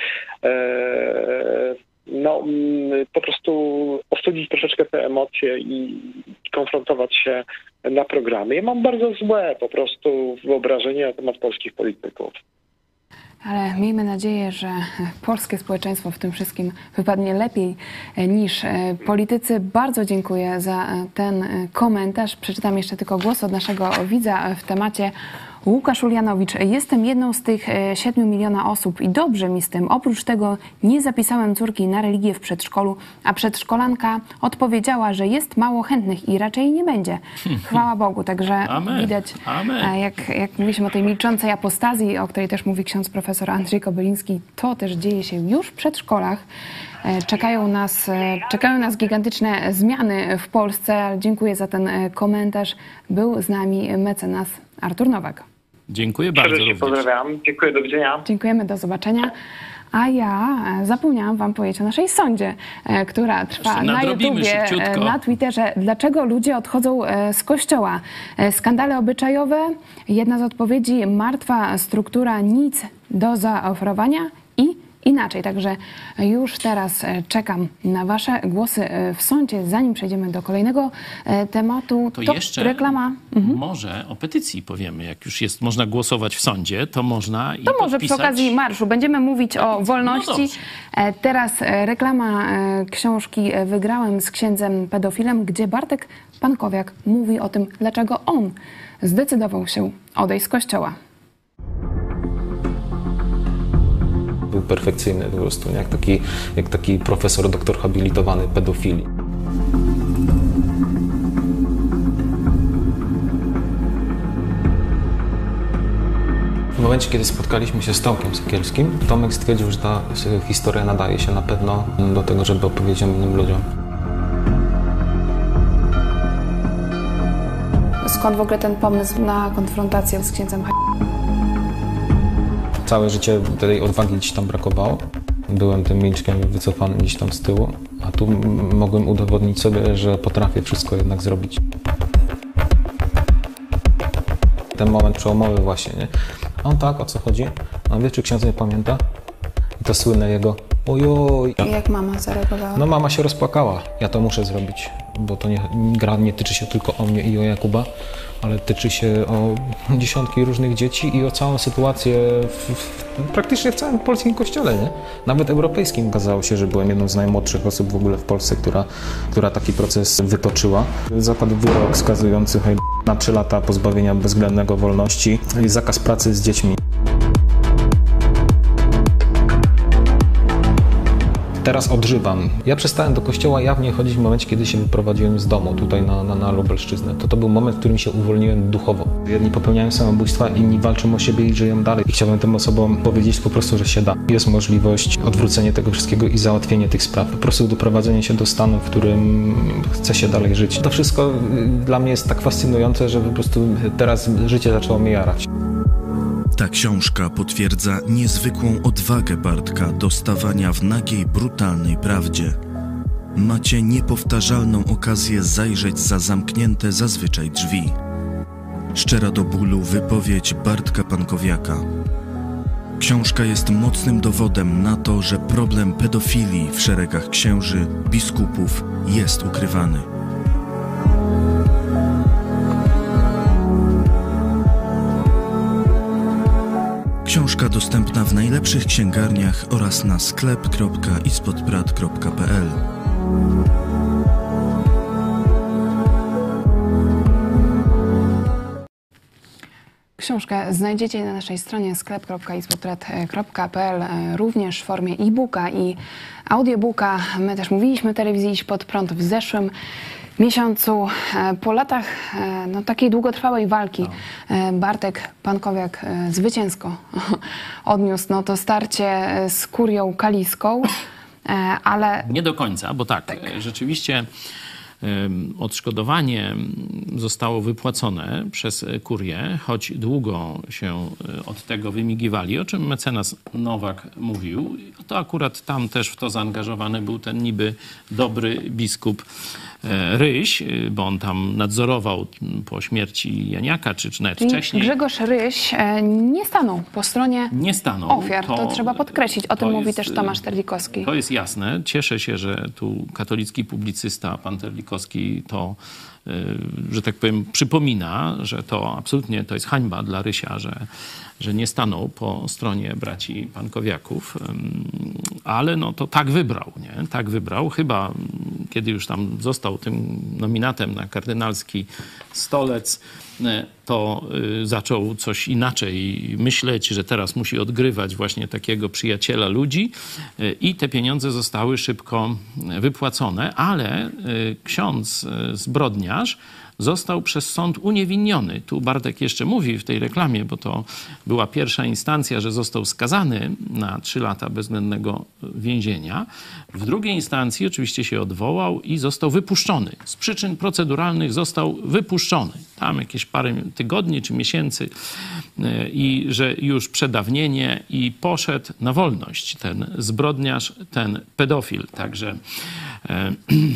No, po prostu ostudzić troszeczkę te emocje i konfrontować się na programy. Ja mam bardzo złe po prostu wyobrażenie na temat polskich polityków. Ale miejmy nadzieję, że polskie społeczeństwo w tym wszystkim wypadnie lepiej niż politycy. Bardzo dziękuję za ten komentarz. Przeczytam jeszcze tylko głos od naszego widza w temacie Łukasz Ulianowicz. Jestem jedną z tych siedmiu miliona osób i dobrze mi z tym. Oprócz tego nie zapisałem córki na religię w przedszkolu, a przedszkolanka odpowiedziała, że jest mało chętnych i raczej nie będzie. Chwała Bogu. Także Amen. widać, Amen. Jak, jak mówiliśmy o tej milczącej apostazji, o której też mówi ksiądz profesor Andrzej Kobyliński, to też dzieje się już w przedszkolach. Czekają nas, czekają nas gigantyczne zmiany w Polsce, ale dziękuję za ten komentarz. Był z nami mecenas Artur Nowak. Dziękuję bardzo. Serdecznie pozdrawiam. Dziękuję, do widzenia. Dziękujemy, do zobaczenia. A ja zapomniałam wam powiedzieć o naszej sondzie, która trwa na YouTubie, szybciutko. na Twitterze. Dlaczego ludzie odchodzą z kościoła? Skandale obyczajowe. Jedna z odpowiedzi: martwa struktura, nic do zaoferowania i inaczej. Także już teraz czekam na wasze głosy w sądzie. Zanim przejdziemy do kolejnego tematu, to, to jeszcze reklama. Mhm. Może o petycji powiemy. Jak już jest, można głosować w sądzie, to można i To może podpisać... przy okazji marszu. Będziemy mówić o wolności. No teraz reklama książki Wygrałem z księdzem pedofilem, gdzie Bartek Pankowiak mówi o tym, dlaczego on zdecydował się odejść z kościoła. Był perfekcyjny po prostu, nie? Jak, taki, jak taki profesor, doktor habilitowany pedofilii. W momencie, kiedy spotkaliśmy się z Tomkiem Sekielskim, Tomek stwierdził, że ta historia nadaje się na pewno do tego, żeby opowiedzieć innym ludziom. Skąd w ogóle ten pomysł na konfrontację z księdzem? Całe życie tej odwagi gdzieś tam brakowało. Byłem tym milczkiem wycofanym gdzieś tam z tyłu, a tu mogłem udowodnić sobie, że potrafię wszystko jednak zrobić. Ten moment przełomowy właśnie, nie? A on tak, o co chodzi? A wie, czy ksiądz nie pamięta? I to słynne jego ojoj. I jak mama zareagowała? No mama się rozpłakała. Ja to muszę zrobić, bo to nie, gra nie tyczy się tylko o mnie i o Jakuba, ale tyczy się o dziesiątki różnych dzieci i o całą sytuację w, w, praktycznie w całym polskim kościele, nie? Nawet europejskim. Okazało się, że byłem jedną z najmłodszych osób w ogóle w Polsce, która, która taki proces wytoczyła. Zapadł wyrok skazujący na trzy lata pozbawienia bezwzględnego wolności i zakaz pracy z dziećmi. Teraz odżywam. Ja przestałem do kościoła jawnie chodzić w momencie, kiedy się wyprowadziłem z domu tutaj na, na, na Lubelszczyznę. To to był moment, w którym się uwolniłem duchowo. Jedni popełniają samobójstwa, inni walczą o siebie i żyją dalej. I chciałbym tym osobom powiedzieć po prostu, że się da. Jest możliwość odwrócenia tego wszystkiego i załatwienia tych spraw. Po prostu doprowadzenie się do stanu, w którym chce się dalej żyć. To wszystko dla mnie jest tak fascynujące, że po prostu teraz życie zaczęło mnie jarać. Ta książka potwierdza niezwykłą odwagę Bartka do stawania w nagiej, brutalnej prawdzie. Macie niepowtarzalną okazję zajrzeć za zamknięte zazwyczaj drzwi. Szczera do bólu wypowiedź Bartka Pankowiaka. Książka jest mocnym dowodem na to, że problem pedofilii w szeregach księży, biskupów jest ukrywany. Książka dostępna w najlepszych księgarniach oraz na sklep kropka ispodprat kropka p l. Książkę znajdziecie na naszej stronie sklep kropka ispodprat kropka p l, również w formie e-booka i audiobooka. My też mówiliśmy o telewizji Idź Pod Prąd w zeszłym miesiącu. Po latach no, takiej długotrwałej walki Bartek Pankowiak zwycięsko odniósł no, to starcie z kurią kaliską, ale... Nie do końca, bo tak, tak. rzeczywiście odszkodowanie zostało wypłacone przez kurię, choć długo się od tego wymigiwali, o czym mecenas Nowak mówił. To akurat tam też w to zaangażowany był ten niby dobry biskup Ryś, bo on tam nadzorował po śmierci Janiaka, czy, czy nawet Czyli wcześniej. Grzegorz Ryś nie stanął po stronie nie stanął. ofiar. To, to trzeba podkreślić. O tym mówi jest, też Tomasz Terlikowski. To jest jasne. Cieszę się, że tu katolicki publicysta, pan Terlikowski, to, że tak powiem, przypomina, że to absolutnie to jest hańba dla Rysia, że, że nie stanął po stronie braci Pankowiaków. Ale no to tak wybrał, nie? Tak wybrał. Chyba kiedy już tam został tym nominatem na kardynalski stolec, to zaczął coś inaczej myśleć, że teraz musi odgrywać właśnie takiego przyjaciela ludzi i te pieniądze zostały szybko wypłacone, ale ksiądz zbrodniarz został przez sąd uniewinniony. Tu Bartek jeszcze mówi w tej reklamie, bo to była pierwsza instancja, że został skazany na trzy lata bezwzględnego więzienia. W drugiej instancji oczywiście się odwołał i został wypuszczony. Z przyczyn proceduralnych został wypuszczony. Tam jakieś parę tygodni czy miesięcy i że już przedawnienie i poszedł na wolność ten zbrodniarz, ten pedofil. Także e,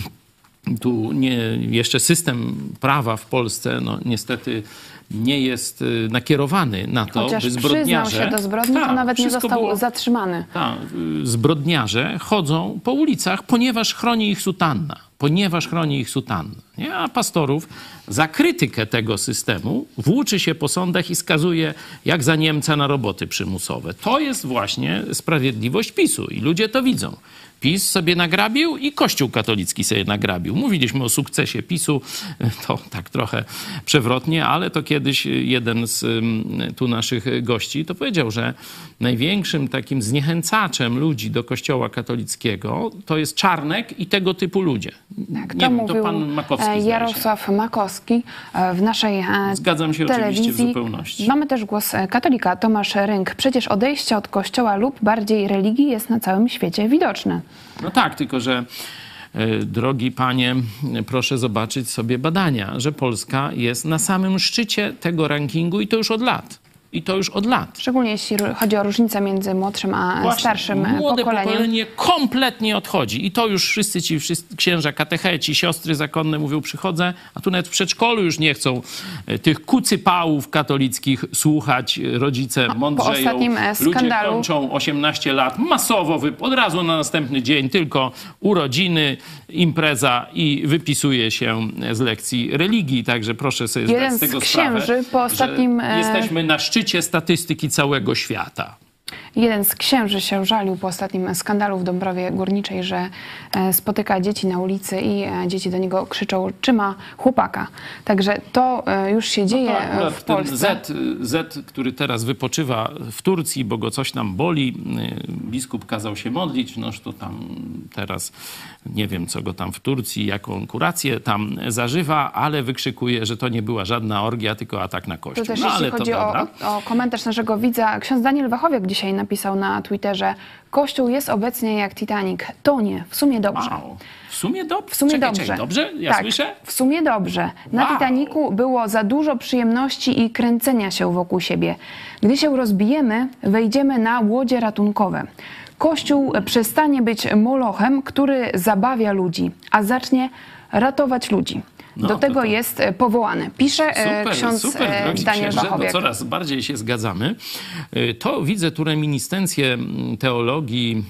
tu nie, jeszcze system prawa w Polsce no, niestety nie jest nakierowany na to, Chociaż by zbrodniarze... przyznał się do zbrodni, Ta, to nawet nie został było, zatrzymany. Ta, zbrodniarze chodzą po ulicach, ponieważ chroni ich sutanna. Ponieważ chroni ich sutanna. Nie? A pastorów za krytykę tego systemu włóczy się po sądach i skazuje jak za Niemca na roboty przymusowe. To jest właśnie sprawiedliwość PiSu i ludzie to widzą. PiS sobie nagrabił i Kościół katolicki sobie nagrabił. Mówiliśmy o sukcesie PiSu, to tak trochę przewrotnie, ale to kiedyś jeden z tu naszych gości to powiedział, że największym takim zniechęcaczem ludzi do Kościoła katolickiego to jest Czarnek i tego typu ludzie. Tak, Nie to wiem, mówił to pan Makowski, e, zdaje się. Jarosław Makowski w naszej e, Zgadzam się telewizji. oczywiście w zupełności. Mamy też głos katolika Tomasz Rynk. Przecież odejście od Kościoła lub bardziej religii jest na całym świecie widoczne. No tak, tylko że e, drogi panie, proszę zobaczyć sobie badania, że Polska jest na samym szczycie tego rankingu i to już od lat. I to już od lat. Szczególnie jeśli chodzi o różnicę między młodszym a Właśnie, starszym młode pokoleniem. pokolenie kompletnie odchodzi. I to już wszyscy ci wszyscy księża, katecheci, siostry zakonne mówią, przychodzę, a tu nawet w przedszkolu już nie chcą tych kucypałów katolickich słuchać. Rodzice No, mądrzeją. po ostatnim Ludzie skandalu kończą osiemnaście lat, masowo, wy... od razu na następny dzień tylko urodziny, impreza i wypisuje się z lekcji religii. Także proszę sobie zdać jeden z tego z księży sprawę, po ostatnim... że jesteśmy na szczycie statystyki całego świata. Jeden z księży się żalił po ostatnim skandalu w Dąbrowie Górniczej, że e, spotyka dzieci na ulicy i e, dzieci do niego krzyczą, czy ma chłopaka. Także to e, już się dzieje no to akurat w Polsce. Z, Z, który teraz wypoczywa w Turcji, bo go coś tam boli, biskup kazał się modlić, noż to tam teraz nie wiem, co go tam w Turcji, jaką kurację tam zażywa, ale wykrzykuje, że to nie była żadna orgia, tylko atak na Kościół. To też no, jeśli ale chodzi to o, o komentarz naszego widza, ksiądz Daniel Wachowiak dzisiaj napisał na Twitterze: Kościół jest obecnie jak Titanic, tonie, w sumie dobrze. Wow. W sumie, do... W sumie czekaj, dobrze. Czekaj, dobrze? Ja tak, słyszę? w sumie dobrze. Na Wow. Titanicu było za dużo przyjemności i kręcenia się wokół siebie. Gdy się rozbijemy, wejdziemy na łodzie ratunkowe. Kościół przestanie być molochem, który zabawia ludzi, a zacznie ratować ludzi. No, Do to tego to- jest powołany. Pisze e, Super, ksiądz super, e, drogi Daniel księże, no Wachowiak. coraz bardziej się zgadzamy. Y, To widzę tu reminiscencję teologii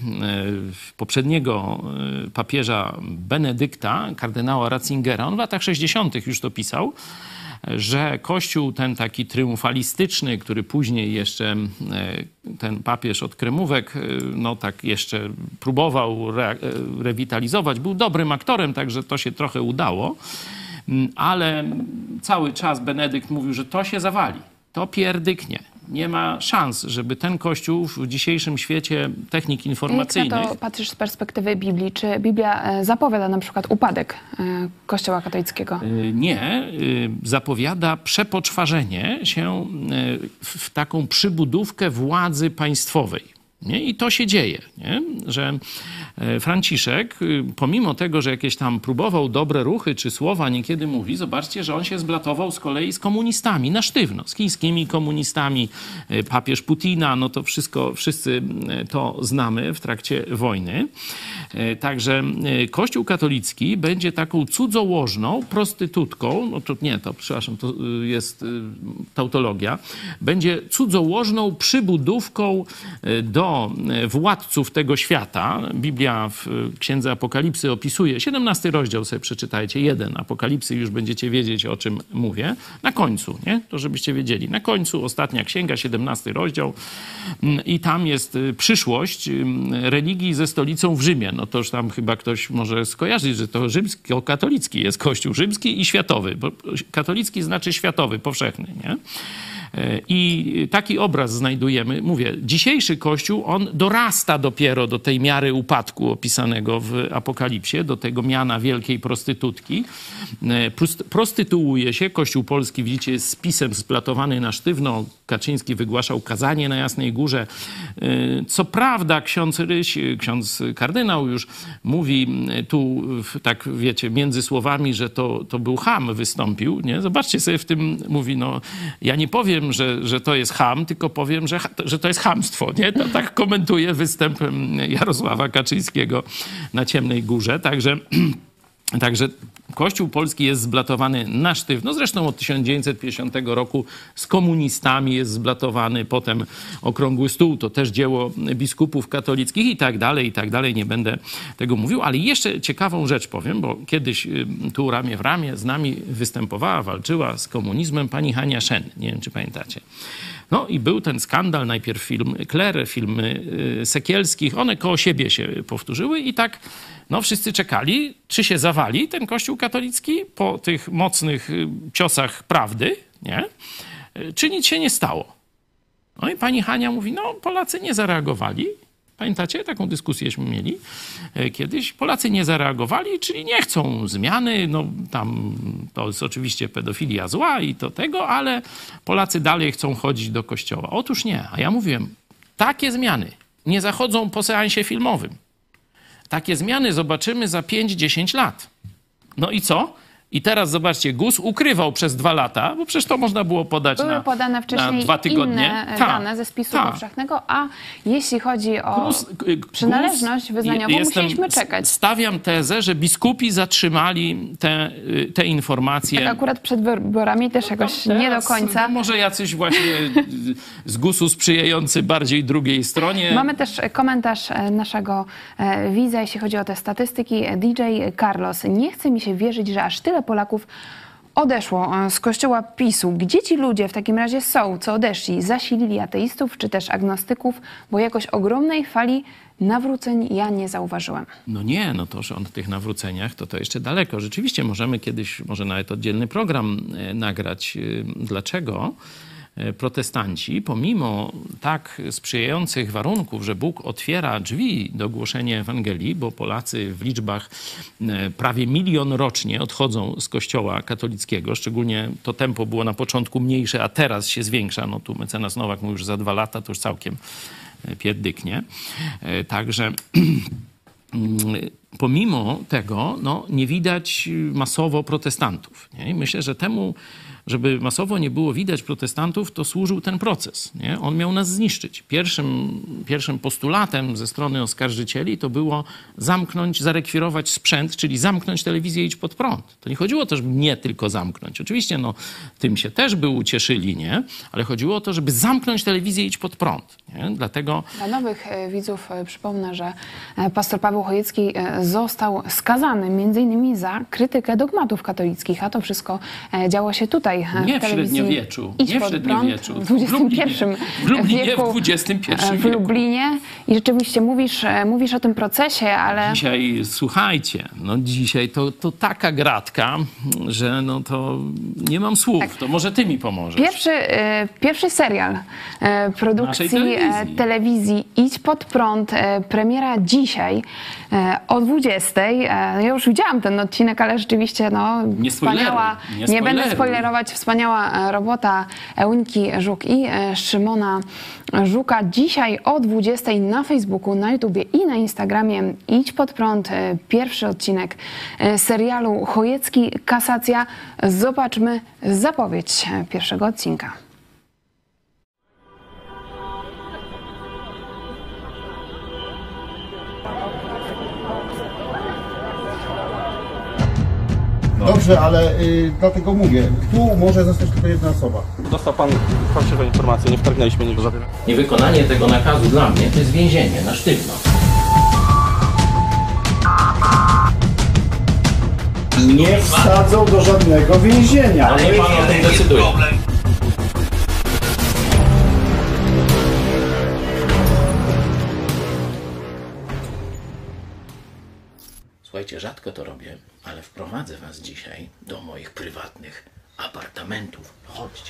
y, poprzedniego y, papieża Benedykta, kardynała Ratzingera. On w latach sześćdziesiątych już to pisał, że Kościół ten taki triumfalistyczny, który później jeszcze y, ten papież od kremówek, y, no tak jeszcze próbował re, rewitalizować, był dobrym aktorem, także to się trochę udało. Ale cały czas Benedykt mówił, że to się zawali, to pierdyknie. Nie ma szans, żeby ten Kościół w dzisiejszym świecie technik Jak informacyjnych... na to patrzysz z perspektywy Biblii? Czy Biblia e, zapowiada na przykład upadek e, Kościoła katolickiego? Y, Nie, y, zapowiada przepoczwarzenie się y, w taką przybudówkę władzy państwowej. Nie? I to się dzieje, nie? Że e, Franciszek, y, pomimo tego, że jakieś tam próbował dobre ruchy czy słowa niekiedy mówi, zobaczcie, że on się zblatował z kolei z komunistami na sztywno, z chińskimi komunistami, y, papież Putina, no to wszystko, wszyscy y, to znamy w trakcie wojny. Y, Także y, Kościół katolicki będzie taką cudzołożną prostytutką, no to nie, to przepraszam, to y, jest y, tautologia, będzie cudzołożną przybudówką y, do do władców tego świata. Biblia w Księdze Apokalipsy opisuje, siedemnasty rozdział sobie przeczytajcie, jeden Apokalipsy, już będziecie wiedzieć, o czym mówię. Na końcu, nie? To żebyście wiedzieli. Na końcu ostatnia księga, siedemnasty rozdział i tam jest przyszłość religii ze stolicą w Rzymie. No to już tam chyba ktoś może skojarzyć, że to rzymsko-katolicki jest Kościół rzymski i światowy, bo katolicki znaczy światowy, powszechny, nie? I taki obraz znajdujemy. Mówię, dzisiejszy Kościół, on dorasta dopiero do tej miary upadku opisanego w Apokalipsie, do tego miana wielkiej prostytutki. Prostytuuje się. Kościół polski, widzicie, jest spisem splatowany na sztywno. Kaczyński wygłaszał kazanie na Jasnej Górze. Co prawda ksiądz Ryś, ksiądz kardynał już mówi tu, tak wiecie, między słowami, że to, to był cham wystąpił. Nie? Zobaczcie sobie w tym, mówi, no ja nie powiem, Że, że to jest cham, tylko powiem, że, że to jest chamstwo. Nie? To tak komentuje występ Jarosława Kaczyńskiego na Ciemnej Górze. Także, także Kościół polski jest zblatowany na sztywno. Zresztą od tysiąc dziewięćset pięćdziesiątego roku z komunistami jest zblatowany. Potem Okrągły Stół, to też dzieło biskupów katolickich i tak dalej, i tak dalej. Nie będę tego mówił, ale jeszcze ciekawą rzecz powiem, bo kiedyś tu ramię w ramię z nami występowała, walczyła z komunizmem pani Hania Szen. Nie wiem, czy pamiętacie. No i był ten skandal, najpierw film Kler, filmy Sekielskich, one koło siebie się powtórzyły i tak no wszyscy czekali, czy się zawali ten Kościół katolicki po tych mocnych ciosach prawdy, nie? Czy nic się nie stało. No i pani Hania mówi, no Polacy nie zareagowali. Pamiętacie? Taką dyskusjeśmy mieli kiedyś. Polacy nie zareagowali, czyli nie chcą zmiany. No tam to jest oczywiście pedofilia zła i to tego, ale Polacy dalej chcą chodzić do kościoła. Otóż nie. A ja mówiłem, takie zmiany nie zachodzą po seansie filmowym. Takie zmiany zobaczymy za pięć dziesięć lat. No i co? I teraz zobaczcie, G U S ukrywał przez dwa lata, bo przecież to można było podać Były na, podane wcześniej na dwa tygodnie. inne Ta, dane ze spisu ta. powszechnego, a jeśli chodzi o Gruz, przynależność wyznaniową, jestem, musieliśmy czekać. Stawiam tezę, że biskupi zatrzymali te, te informacje. Tak akurat przed wyborami też jakoś No, nie do teraz, końca. No może jacyś właśnie z G U S-u sprzyjający bardziej drugiej stronie. Mamy też komentarz naszego widza, jeśli chodzi o te statystyki. D J Carlos, nie chce mi się wierzyć, że aż tyle Polaków odeszło z kościoła PiSu. Gdzie ci ludzie w takim razie są, co odeszli? Zasilili ateistów czy też agnostyków? Bo jakoś ogromnej fali nawróceń ja nie zauważyłem. No nie, no to, że o tych nawróceniach to to jeszcze daleko. Rzeczywiście możemy kiedyś, może nawet oddzielny program nagrać. Dlaczego protestanci, pomimo tak sprzyjających warunków, że Bóg otwiera drzwi do głoszenia Ewangelii, bo Polacy w liczbach prawie milion rocznie odchodzą z kościoła katolickiego, szczególnie to tempo było na początku mniejsze, a teraz się zwiększa. No tu mecenas Nowak mówi, że za dwa lata to już całkiem pierdyknie. Także pomimo tego no, nie widać masowo protestantów. Nie? I myślę, że temu, żeby masowo nie było widać protestantów, to służył ten proces. Nie? On miał nas zniszczyć. Pierwszym, pierwszym postulatem ze strony oskarżycieli to było zamknąć, zarekwirować sprzęt, czyli zamknąć telewizję, idź pod prąd. To nie chodziło o to, żeby nie tylko zamknąć. Oczywiście no, tym się też by ucieszyli, nie? Ale chodziło o to, żeby zamknąć telewizję, idź pod prąd. Nie? Dlatego... Dla nowych widzów przypomnę, że pastor Paweł Chojecki został skazany między innymi za krytykę dogmatów katolickich, a to wszystko działo się tutaj. Nie w, w średniowieczu. Idź Nie w pod średniowieczu. Prąd, w dwudziestym pierwszym W Lublinie wieku, w dwudziestym pierwszym w Lublinie. I rzeczywiście mówisz, mówisz o tym procesie, ale... Dzisiaj, słuchajcie, no dzisiaj to, to taka gratka, że no to nie mam słów. Tak. To może ty mi pomożesz. Pierwszy, e, pierwszy serial e, produkcji telewizji. E, telewizji Idź pod prąd, e, premiera dzisiaj e, o dwudziestej. E, ja już widziałam ten odcinek, ale rzeczywiście no, nie wspaniała, nie, nie będę spoilerować, wspaniała robota Euniki Żuk i e, Szymona Żuka. Dzisiaj o dwudziestej na Facebooku, na YouTubie i na Instagramie Idź pod prąd. E, pierwszy odcinek e, serialu Chojecki Kasacja. Zobaczmy zapowiedź pierwszego odcinka. Dobrze, ale y, dlatego mówię, tu może zostać tylko jedna osoba. Dostał pan fałszywe informacje, nie wtargnęliśmy niego. Niewykonanie tego nakazu dla mnie to jest więzienie na sztywno. Nie wsadzą do żadnego więzienia. Ale nie pan o tym decyduje. Słuchajcie, rzadko to robię, ale wprowadzę was dzisiaj do moich prywatnych apartamentów. Chodźcie.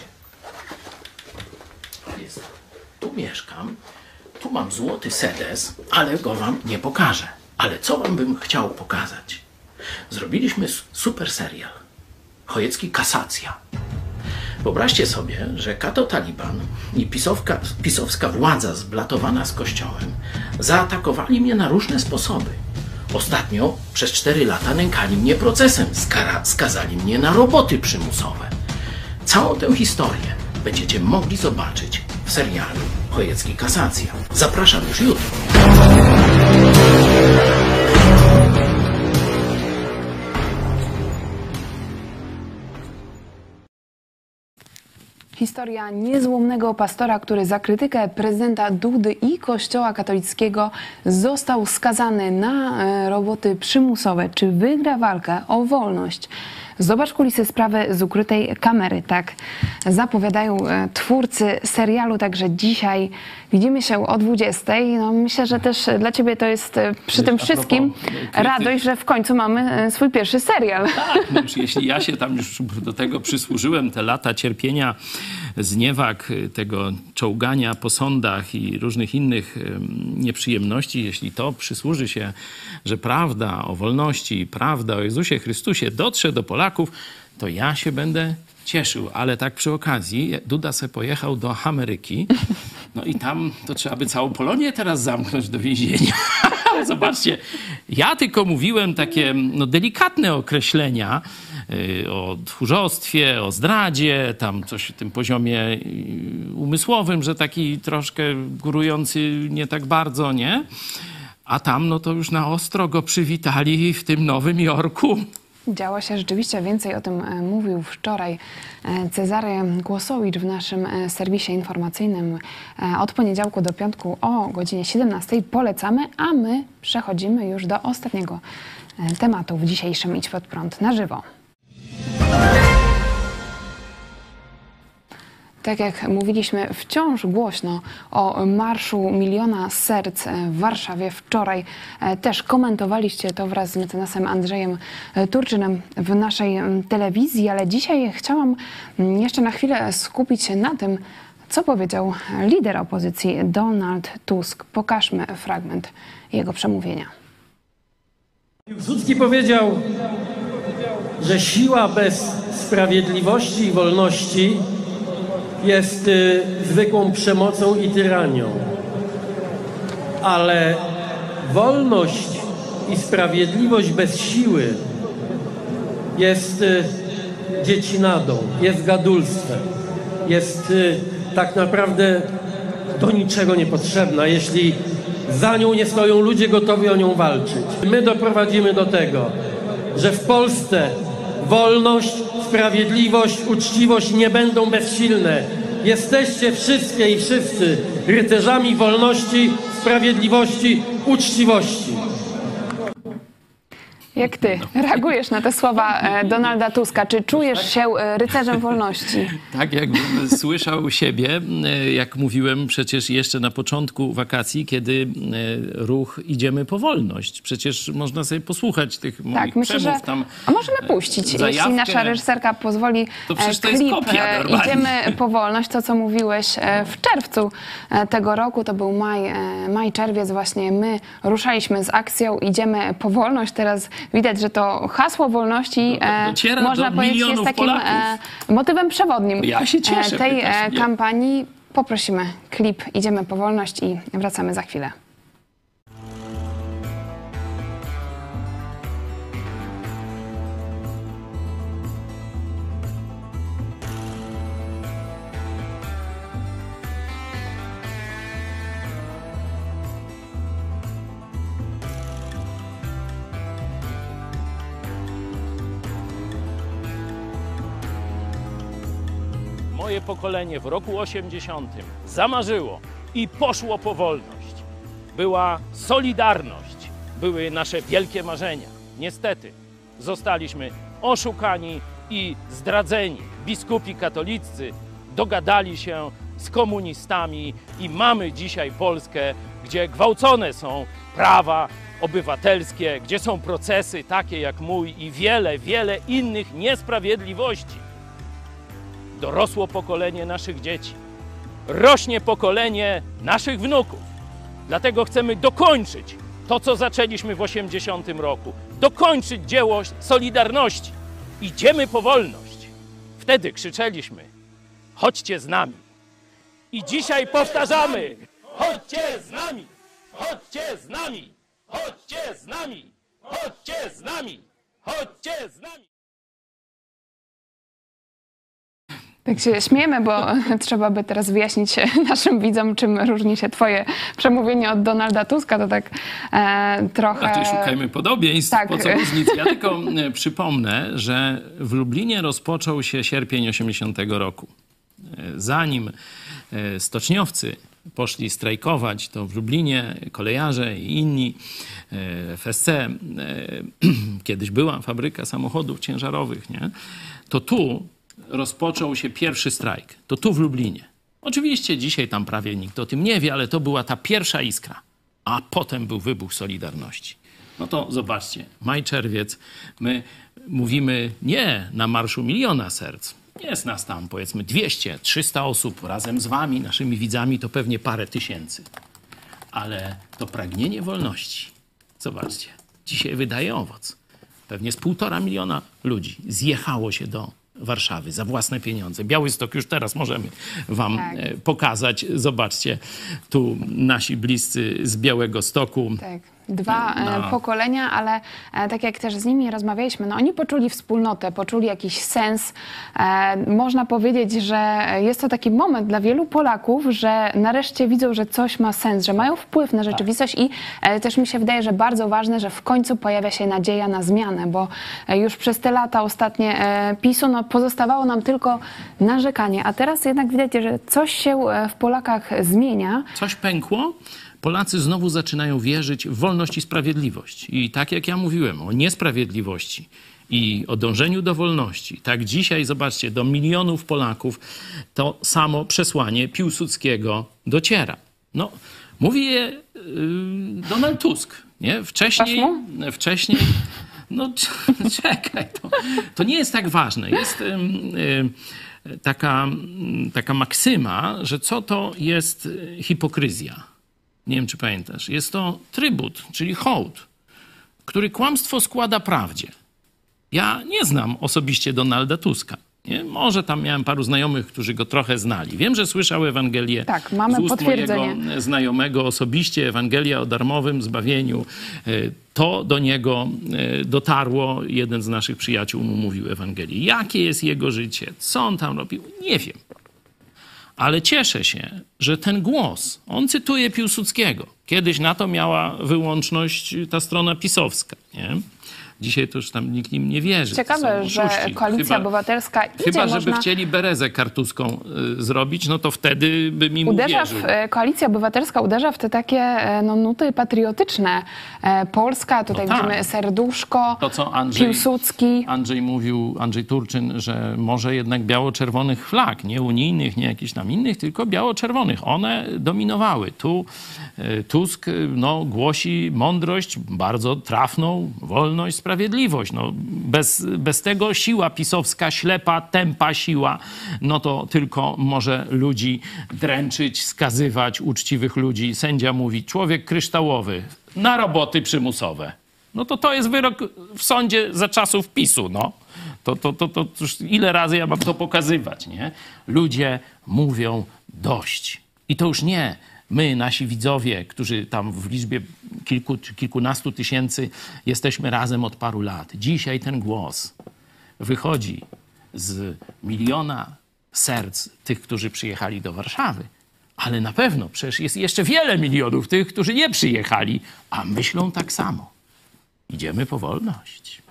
Jest. Tu mieszkam, tu mam złoty sedes, ale go wam nie pokażę. Ale co wam bym chciał pokazać? Zrobiliśmy super serial. Chojecki Kasacja. Wyobraźcie sobie, że Kato Taliban i pisowka, pisowska władza zblatowana z kościołem zaatakowali mnie na różne sposoby. Ostatnio przez cztery lata nękali mnie procesem, skara, skazali mnie na roboty przymusowe. Całą tę historię będziecie mogli zobaczyć w serialu Chojecki Kasacja. Zapraszam już jutro. Historia niezłomnego pastora, który za krytykę prezydenta Dudy i Kościoła katolickiego został skazany na e, roboty przymusowe. Czy wygra walkę o wolność? Zobacz kulisy sprawy z ukrytej kamery. Tak zapowiadają e, twórcy serialu. Także dzisiaj widzimy się o dwudziestej. No, myślę, że też dla ciebie to jest e, przy tym wszystkim radość, że w końcu mamy e, swój pierwszy serial. Tak, no już jeśli ja się tam już do tego przysłużyłem, te lata cierpienia, zniewag, tego czołgania po sądach i różnych innych nieprzyjemności, jeśli to przysłuży się, że prawda o wolności, prawda o Jezusie Chrystusie dotrze do Polaków, to ja się będę cieszył. Ale tak przy okazji Duda se pojechał do Ameryki, no i tam to trzeba by całą Polonię teraz zamknąć do więzienia. Ale zobaczcie, ja tylko mówiłem takie no, delikatne określenia yy, o tchórzostwie, o zdradzie, tam coś w tym poziomie yy, umysłowym, że taki troszkę górujący nie tak bardzo, nie? A tam no to już na ostro go przywitali w tym Nowym Jorku. Działo się rzeczywiście, więcej o tym mówił wczoraj Cezary Głosowicz w naszym serwisie informacyjnym. Od poniedziałku do piątku o godzinie siedemnastej polecamy, a my przechodzimy już do ostatniego tematu w dzisiejszym Idź Pod Prąd na żywo. Tak jak mówiliśmy wciąż głośno o Marszu Miliona Serc w Warszawie. Wczoraj też komentowaliście to wraz z mecenasem Andrzejem Turczynem w naszej telewizji, ale dzisiaj chciałam jeszcze na chwilę skupić się na tym, co powiedział lider opozycji Donald Tusk. Pokażmy fragment jego przemówienia. Piłsudski powiedział, że siła bez sprawiedliwości i wolności jest y, zwykłą przemocą i tyranią. Ale wolność i sprawiedliwość bez siły jest y, dziecinadą, jest gadulstwem, jest y, tak naprawdę do niczego niepotrzebna, jeśli za nią nie stoją ludzie gotowi o nią walczyć. My doprowadzimy do tego, że w Polsce wolność, sprawiedliwość, uczciwość nie będą bezsilne. Jesteście wszystkie i wszyscy rycerzami wolności, sprawiedliwości, uczciwości. Jak ty reagujesz na te słowa Donalda Tuska? Czy czujesz się rycerzem wolności? Tak, jakbym słyszał siebie, jak mówiłem przecież jeszcze na początku wakacji, kiedy ruch Idziemy po wolność. Przecież można sobie posłuchać tych tak, moich myślę, przemów że... tam. A możemy puścić, zajawkę. Jeśli nasza reżyserka pozwoli, to przecież to klip jest kopia normalnie. Idziemy po wolność, to co mówiłeś w czerwcu tego roku, to był maj, maj, czerwiec właśnie. My ruszaliśmy z akcją Idziemy po wolność. Teraz widać, że to hasło wolności Dociera można do powiedzieć jest takim Polaków. motywem przewodnim Ja się cieszę, tej pytasz mnie. kampanii. Poprosimy klip Idziemy po wolność i wracamy za chwilę. moje pokolenie w roku osiemdziesiątym zamarzyło i poszło po wolność, była solidarność, były nasze wielkie marzenia. Niestety zostaliśmy oszukani i zdradzeni. Biskupi katoliccy dogadali się z komunistami i mamy dzisiaj Polskę, gdzie gwałcone są prawa obywatelskie, gdzie są procesy takie jak mój i wiele, wiele innych niesprawiedliwości. Dorosło pokolenie naszych dzieci, rośnie pokolenie naszych wnuków. Dlatego chcemy dokończyć to, co zaczęliśmy w osiemdziesiątym roku. Dokończyć dzieło Solidarności. Idziemy po wolność. Wtedy krzyczeliśmy: chodźcie z nami. I dzisiaj powtarzamy: chodźcie z nami! Chodźcie z nami! Chodźcie z nami! Chodźcie z nami! Chodźcie z nami! Tak się śmiejemy, bo trzeba by teraz wyjaśnić naszym widzom, czym różni się twoje przemówienie od Donalda Tuska. To tak e, trochę... A tu szukajmy podobieństw, tak. Po co różnic? Ja tylko e, przypomnę, że w Lublinie rozpoczął się sierpień osiemdziesiątego roku. E, zanim e, stoczniowcy poszli strajkować, to w Lublinie kolejarze i inni e, w S C, e, kiedyś była fabryka samochodów ciężarowych, nie? To tu rozpoczął się pierwszy strajk. To tu w Lublinie. Oczywiście dzisiaj tam prawie nikt o tym nie wie, ale to była ta pierwsza iskra. A potem był wybuch Solidarności. No to zobaczcie, maj, czerwiec, my mówimy nie na Marszu Miliona Serc. Jest nas tam powiedzmy dwieście trzysta osób razem z wami, naszymi widzami, to pewnie parę tysięcy. Ale to pragnienie wolności, zobaczcie, dzisiaj wydaje owoc. Pewnie z półtora miliona ludzi zjechało się do Warszawy za własne pieniądze. Białystok już teraz możemy wam tak. pokazać. Zobaczcie, tu nasi bliscy z Białegostoku. Tak. Dwa no. pokolenia, ale tak jak też z nimi rozmawialiśmy, no oni poczuli wspólnotę, poczuli jakiś sens. E, można powiedzieć, że jest to taki moment dla wielu Polaków, że nareszcie widzą, że coś ma sens, że mają wpływ na rzeczywistość i e, też mi się wydaje, że bardzo ważne, że w końcu pojawia się nadzieja na zmianę, bo już przez te lata ostatnie e, PiSu no, pozostawało nam tylko narzekanie, a teraz jednak widać, że coś się w Polakach zmienia. Coś pękło? Polacy znowu zaczynają wierzyć w wolność i sprawiedliwość. I tak jak ja mówiłem o niesprawiedliwości i o dążeniu do wolności, tak dzisiaj, zobaczcie, do milionów Polaków to samo przesłanie Piłsudskiego dociera. No, mówi je yy, Donald Tusk, nie? Wcześniej, wcześniej, no czekaj, to, to nie jest tak ważne. Jest yy, yy, taka, taka maksyma, że co to jest hipokryzja. Nie wiem, czy pamiętasz. Jest to trybut, czyli hołd, który kłamstwo składa prawdzie. Ja nie znam osobiście Donalda Tuska. Nie? Może tam miałem paru znajomych, którzy go trochę znali. Wiem, że słyszał Ewangelię tak, mamy z ust potwierdzenie. mojego znajomego osobiście, Ewangelia o darmowym zbawieniu. To do niego dotarło. Jeden z naszych przyjaciół mu mówił Ewangelię. Jakie jest jego życie? Co on tam robił? Nie wiem. Ale cieszę się, że ten głos, on cytuje Piłsudskiego. Kiedyś na to miała wyłączność ta strona pisowska, nie? Dzisiaj to już tam nikt im nie wierzy. Ciekawe, że Koalicja chyba, Obywatelska idzie, Chyba, żeby można... chcieli berezę kartuską y, zrobić, no to wtedy by mi uderza uwierzył. w, Koalicja Obywatelska uderza w te takie no, nuty patriotyczne. E, Polska, tutaj no tak. widzimy serduszko, to, co Andrzej, Piłsudski. Andrzej mówił, Andrzej Turczyn, że może jednak biało-czerwonych flag, nie unijnych, nie jakichś tam innych, tylko biało-czerwonych. One dominowały. Tu y, Tusk no, głosi mądrość, bardzo trafną, wolność, sprawiedliwość. No, bez, bez tego siła pisowska, ślepa, tępa siła, no to tylko może ludzi dręczyć, skazywać, uczciwych ludzi. Sędzia mówi, człowiek kryształowy, na roboty przymusowe. No to to jest wyrok w sądzie za czasów PiSu, no. To, to, to, to już ile razy ja mam to pokazywać, nie? Ludzie mówią dość. I to już nie my, nasi widzowie, którzy tam w liczbie kilku czy kilkunastu tysięcy jesteśmy razem od paru lat. Dzisiaj ten głos wychodzi z miliona serc tych, którzy przyjechali do Warszawy. Ale na pewno przecież jest jeszcze wiele milionów tych, którzy nie przyjechali, a myślą tak samo. Idziemy po wolność.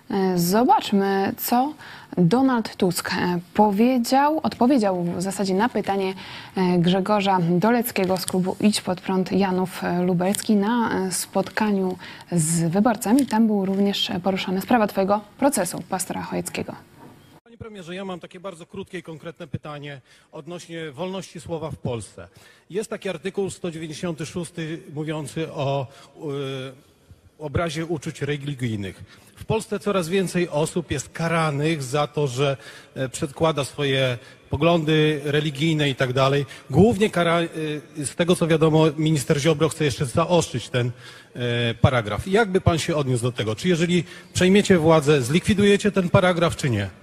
Zobaczmy, co Donald Tusk powiedział, odpowiedział w zasadzie na pytanie Grzegorza Doleckiego z klubu Idź Pod Prąd Janów Lubelski na spotkaniu z wyborcami. Tam był również poruszana sprawa twojego procesu, pastora Chojeckiego. Panie premierze, ja mam takie bardzo krótkie i konkretne pytanie odnośnie wolności słowa w Polsce. Jest taki artykuł sto dziewięćdziesiąty szósty mówiący o yy, obrazie uczuć religijnych. W Polsce coraz więcej osób jest karanych za to, że przedkłada swoje poglądy religijne i tak dalej. Głównie kara, z tego co wiadomo, minister Ziobro chce jeszcze zaostrzyć ten paragraf. Jak by pan się odniósł do tego? Czy jeżeli przejmiecie władzę, zlikwidujecie ten paragraf, czy nie?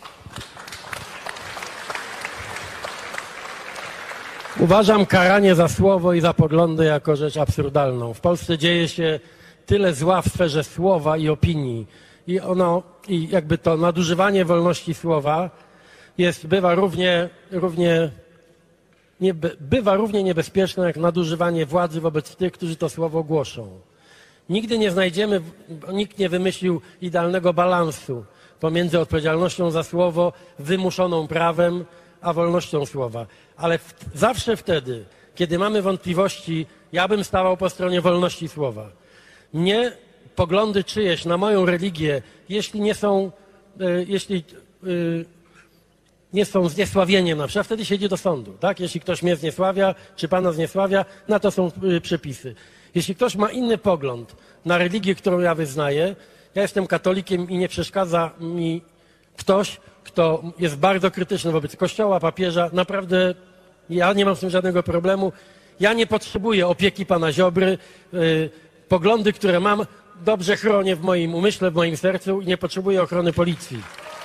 Uważam karanie za słowo i za poglądy jako rzecz absurdalną. W Polsce dzieje się tyle zła w sferze słowa i opinii i ono, i jakby to nadużywanie wolności słowa jest, bywa równie, równie, nie, bywa równie niebezpieczne jak nadużywanie władzy wobec tych, którzy to słowo głoszą. Nigdy nie znajdziemy, nikt nie wymyślił idealnego balansu pomiędzy odpowiedzialnością za słowo wymuszoną prawem, a wolnością słowa. Ale w, zawsze wtedy, kiedy mamy wątpliwości, ja bym stawał po stronie wolności słowa. Mnie poglądy czyjeś na moją religię, jeśli nie są, y, jeśli y, nie są zniesławieniem, na przykład wtedy siedzi do sądu, tak? Jeśli ktoś mnie zniesławia, czy pana zniesławia, na to są y, przepisy. Jeśli ktoś ma inny pogląd na religię, którą ja wyznaję, ja jestem katolikiem i nie przeszkadza mi ktoś, kto jest bardzo krytyczny wobec Kościoła, papieża, naprawdę ja nie mam z tym żadnego problemu. Ja nie potrzebuję opieki pana Ziobry. Yy, poglądy, które mam, dobrze chronię w moim umyśle, w moim sercu i nie potrzebuję ochrony policji.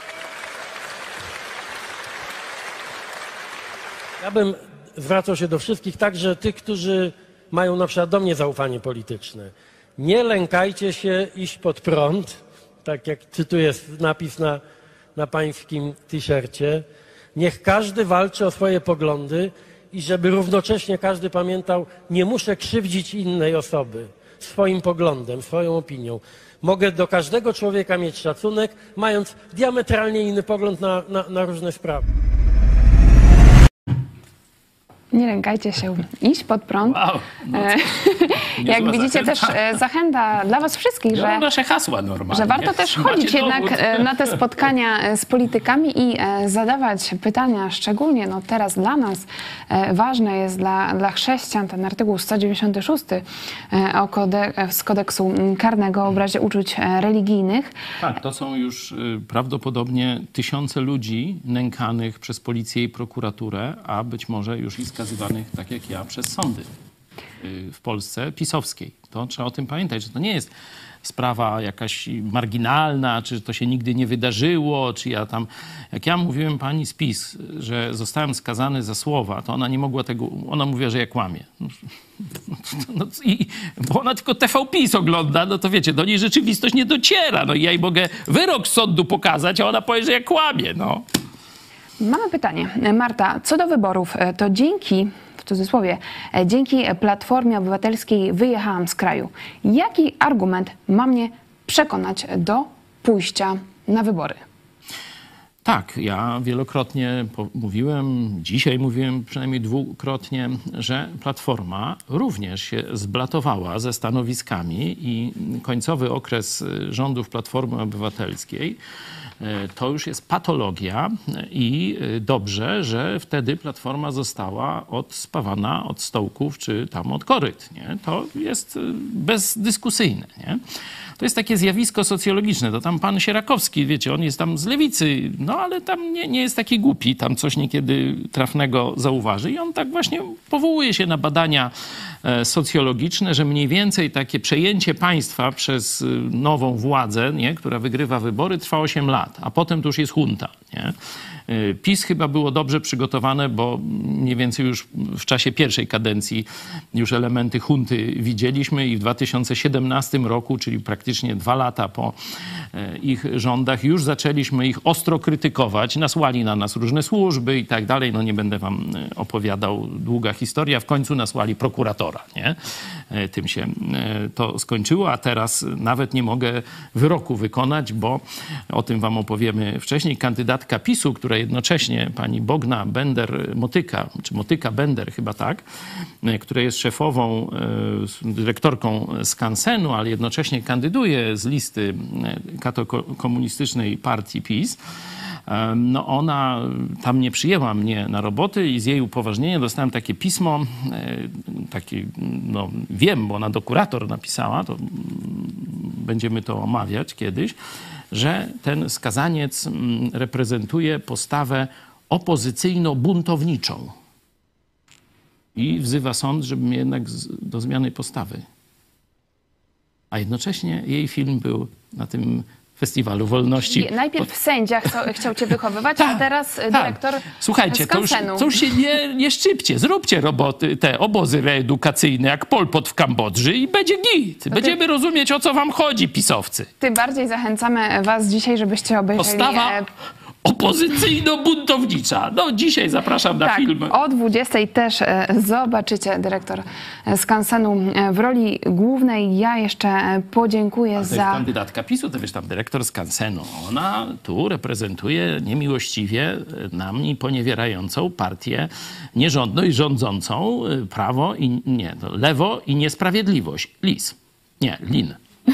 Ja bym zwracał się do wszystkich, także tych, którzy mają na przykład do mnie zaufanie polityczne. Nie lękajcie się iść pod prąd, tak jak cytuję napis na na pańskim t-shircie. Niech każdy walczy o swoje poglądy i żeby równocześnie każdy pamiętał, nie muszę krzywdzić innej osoby swoim poglądem, swoją opinią. Mogę do każdego człowieka mieć szacunek, mając diametralnie inny pogląd na, na, na różne sprawy. Nie lękajcie się iść pod prąd. Wow, no Jak widzicie zachęta. też zachęta dla was wszystkich, ja że, nasze hasła normalnie. że warto też chodzić jednak na te spotkania z politykami i zadawać pytania, szczególnie no teraz dla nas ważne jest dla, dla chrześcijan ten artykuł sto dziewięćdziesiąty szósty o kode, z kodeksu karnego o obrazie uczuć religijnych. Tak, to są już prawdopodobnie tysiące ludzi nękanych przez policję i prokuraturę, a być może już i skazywanych, tak jak ja, przez sądy w Polsce pisowskiej. To trzeba o tym pamiętać, że to nie jest sprawa jakaś marginalna, czy to się nigdy nie wydarzyło, czy ja tam... Jak ja mówiłem pani z PiS, że zostałem skazany za słowa, to ona nie mogła tego... Ona mówiła, że ja kłamię. No, no, i, bo ona tylko T V PiS ogląda, no to wiecie, do niej rzeczywistość nie dociera. No i ja jej mogę wyrok z sądu pokazać, a ona powie, że ja kłamię, no. Mamy pytanie. Marta, co do wyborów, to dzięki, w cudzysłowie, dzięki Platformie Obywatelskiej wyjechałam z kraju. Jaki argument ma mnie przekonać do pójścia na wybory? Tak, ja wielokrotnie mówiłem, dzisiaj mówiłem przynajmniej dwukrotnie, że Platforma również się zblatowała ze stanowiskami i końcowy okres rządów Platformy Obywatelskiej to już jest patologia i dobrze, że wtedy Platforma została odspawana od stołków czy tam od koryt. Nie? To jest bezdyskusyjne. Nie? To jest takie zjawisko socjologiczne. To tam pan Sierakowski, wiecie, on jest tam z lewicy, no ale tam nie, nie jest taki głupi, tam coś niekiedy trafnego zauważy i on tak właśnie powołuje się na badania socjologiczne, że mniej więcej takie przejęcie państwa przez nową władzę, nie, która wygrywa wybory, trwa osiem lat, a potem to już jest junta. Nie? PiS chyba było dobrze przygotowane, bo mniej więcej już w czasie pierwszej kadencji już elementy junty widzieliśmy i w dwa tysiące siedemnastym roku, czyli praktycznie dwa lata po ich rządach, już zaczęliśmy ich ostro krytykować. Nasłali na nas różne służby i tak dalej. No nie będę wam opowiadał, długa historia. W końcu nasłali prokuratora, nie? tym się to skończyło, a teraz nawet nie mogę wyroku wykonać, bo o tym wam opowiemy wcześniej. Kandydatka PiSu, która jednocześnie, pani Bogna Bender-Motyka, czy Motyka-Bender chyba tak, która jest szefową, dyrektorką skansenu, ale jednocześnie kandyduje z listy katokomunistycznej partii PiS, no ona tam nie przyjęła mnie na roboty i z jej upoważnienia dostałem takie pismo, takie, no wiem, bo ona do kurator napisała, to będziemy to omawiać kiedyś, że ten skazaniec reprezentuje postawę opozycyjno-buntowniczą i wzywa sąd, żeby mnie jednak do zmiany postawy. A jednocześnie jej film był na tym Festiwalu Wolności. Najpierw sędzia chciał, chciał cię wychowywać, tak, a teraz tak. dyrektor Słuchajcie, to już, to już się nie, nie szczypcie. Zróbcie roboty, te obozy reedukacyjne, jak Pol Pot w Kambodży i będzie git. No Będziemy ty, rozumieć, o co wam chodzi, pisowcy. Tym bardziej zachęcamy was dzisiaj, żebyście obejrzeli... Postawa opozycyjno-buntownicza. No dzisiaj zapraszam na tak, film. O dwudziestej też zobaczycie dyrektor skansenu w roli głównej. Ja jeszcze podziękuję A to za... jest kandydatka PiSu, to wiesz, tam dyrektor skansenu. Ona tu reprezentuje niemiłościwie nami poniewierającą partię nierządną i rządzącą prawo i nie, to lewo i niesprawiedliwość. Lis. Nie, Lin.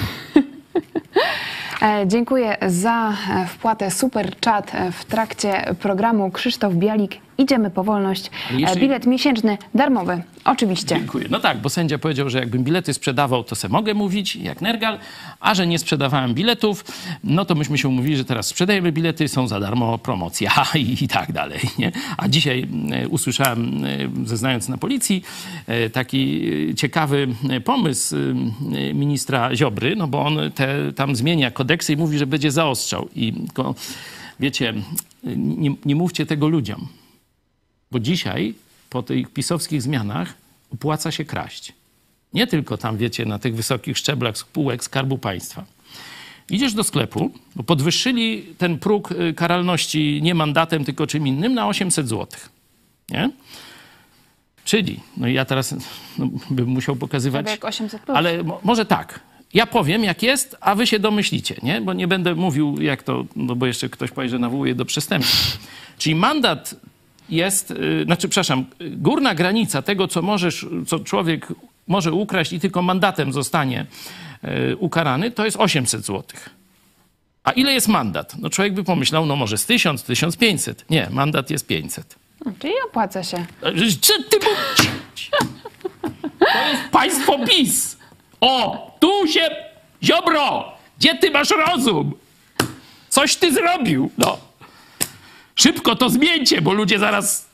Dziękuję za wpłatę Super Chat w trakcie programu. Krzysztof Bialik. Idziemy po wolność. Jeśli... Bilet miesięczny darmowy. Oczywiście. Dziękuję. No tak, bo sędzia powiedział, że jakbym bilety sprzedawał, to se mogę mówić, jak Nergal, a że nie sprzedawałem biletów, no to myśmy się umówili, że teraz sprzedajemy bilety, są za darmo promocja i, i tak dalej. Nie? A dzisiaj e, usłyszałem, e, zeznając na policji, e, taki ciekawy pomysł e, ministra Ziobry, no bo on te, tam zmienia kodeksy i mówi, że będzie zaostrzał. I tylko, wiecie, nie, nie mówcie tego ludziom. Bo dzisiaj, po tych pisowskich zmianach, opłaca się kraść. Nie tylko tam, wiecie, na tych wysokich szczeblach spółek Skarbu Państwa. Idziesz do sklepu, bo podwyższyli ten próg karalności nie mandatem, tylko czym innym na osiemset złotych. Nie? Czyli, no ja teraz no, bym musiał pokazywać... Jak osiemset plus. Ale mo- może tak. Ja powiem, jak jest, a wy się domyślicie, nie? Bo nie będę mówił, jak to, no bo jeszcze ktoś powie, że nawołuje do przestępstwa. Czyli mandat jest, yy, znaczy, przepraszam, górna granica tego, co możesz, co człowiek może ukraść i tylko mandatem zostanie yy, ukarany, to jest osiemset złotych. A ile jest mandat? No człowiek by pomyślał, no może z tysiąc, tysiąc pięćset. Nie, mandat jest pięćset. Czyli opłaca się. Co ty mówisz? To jest państwo PiS. O, tu się... Ziobro, gdzie ty masz rozum? Coś ty zrobił, no. Szybko to zmieńcie, bo ludzie zaraz...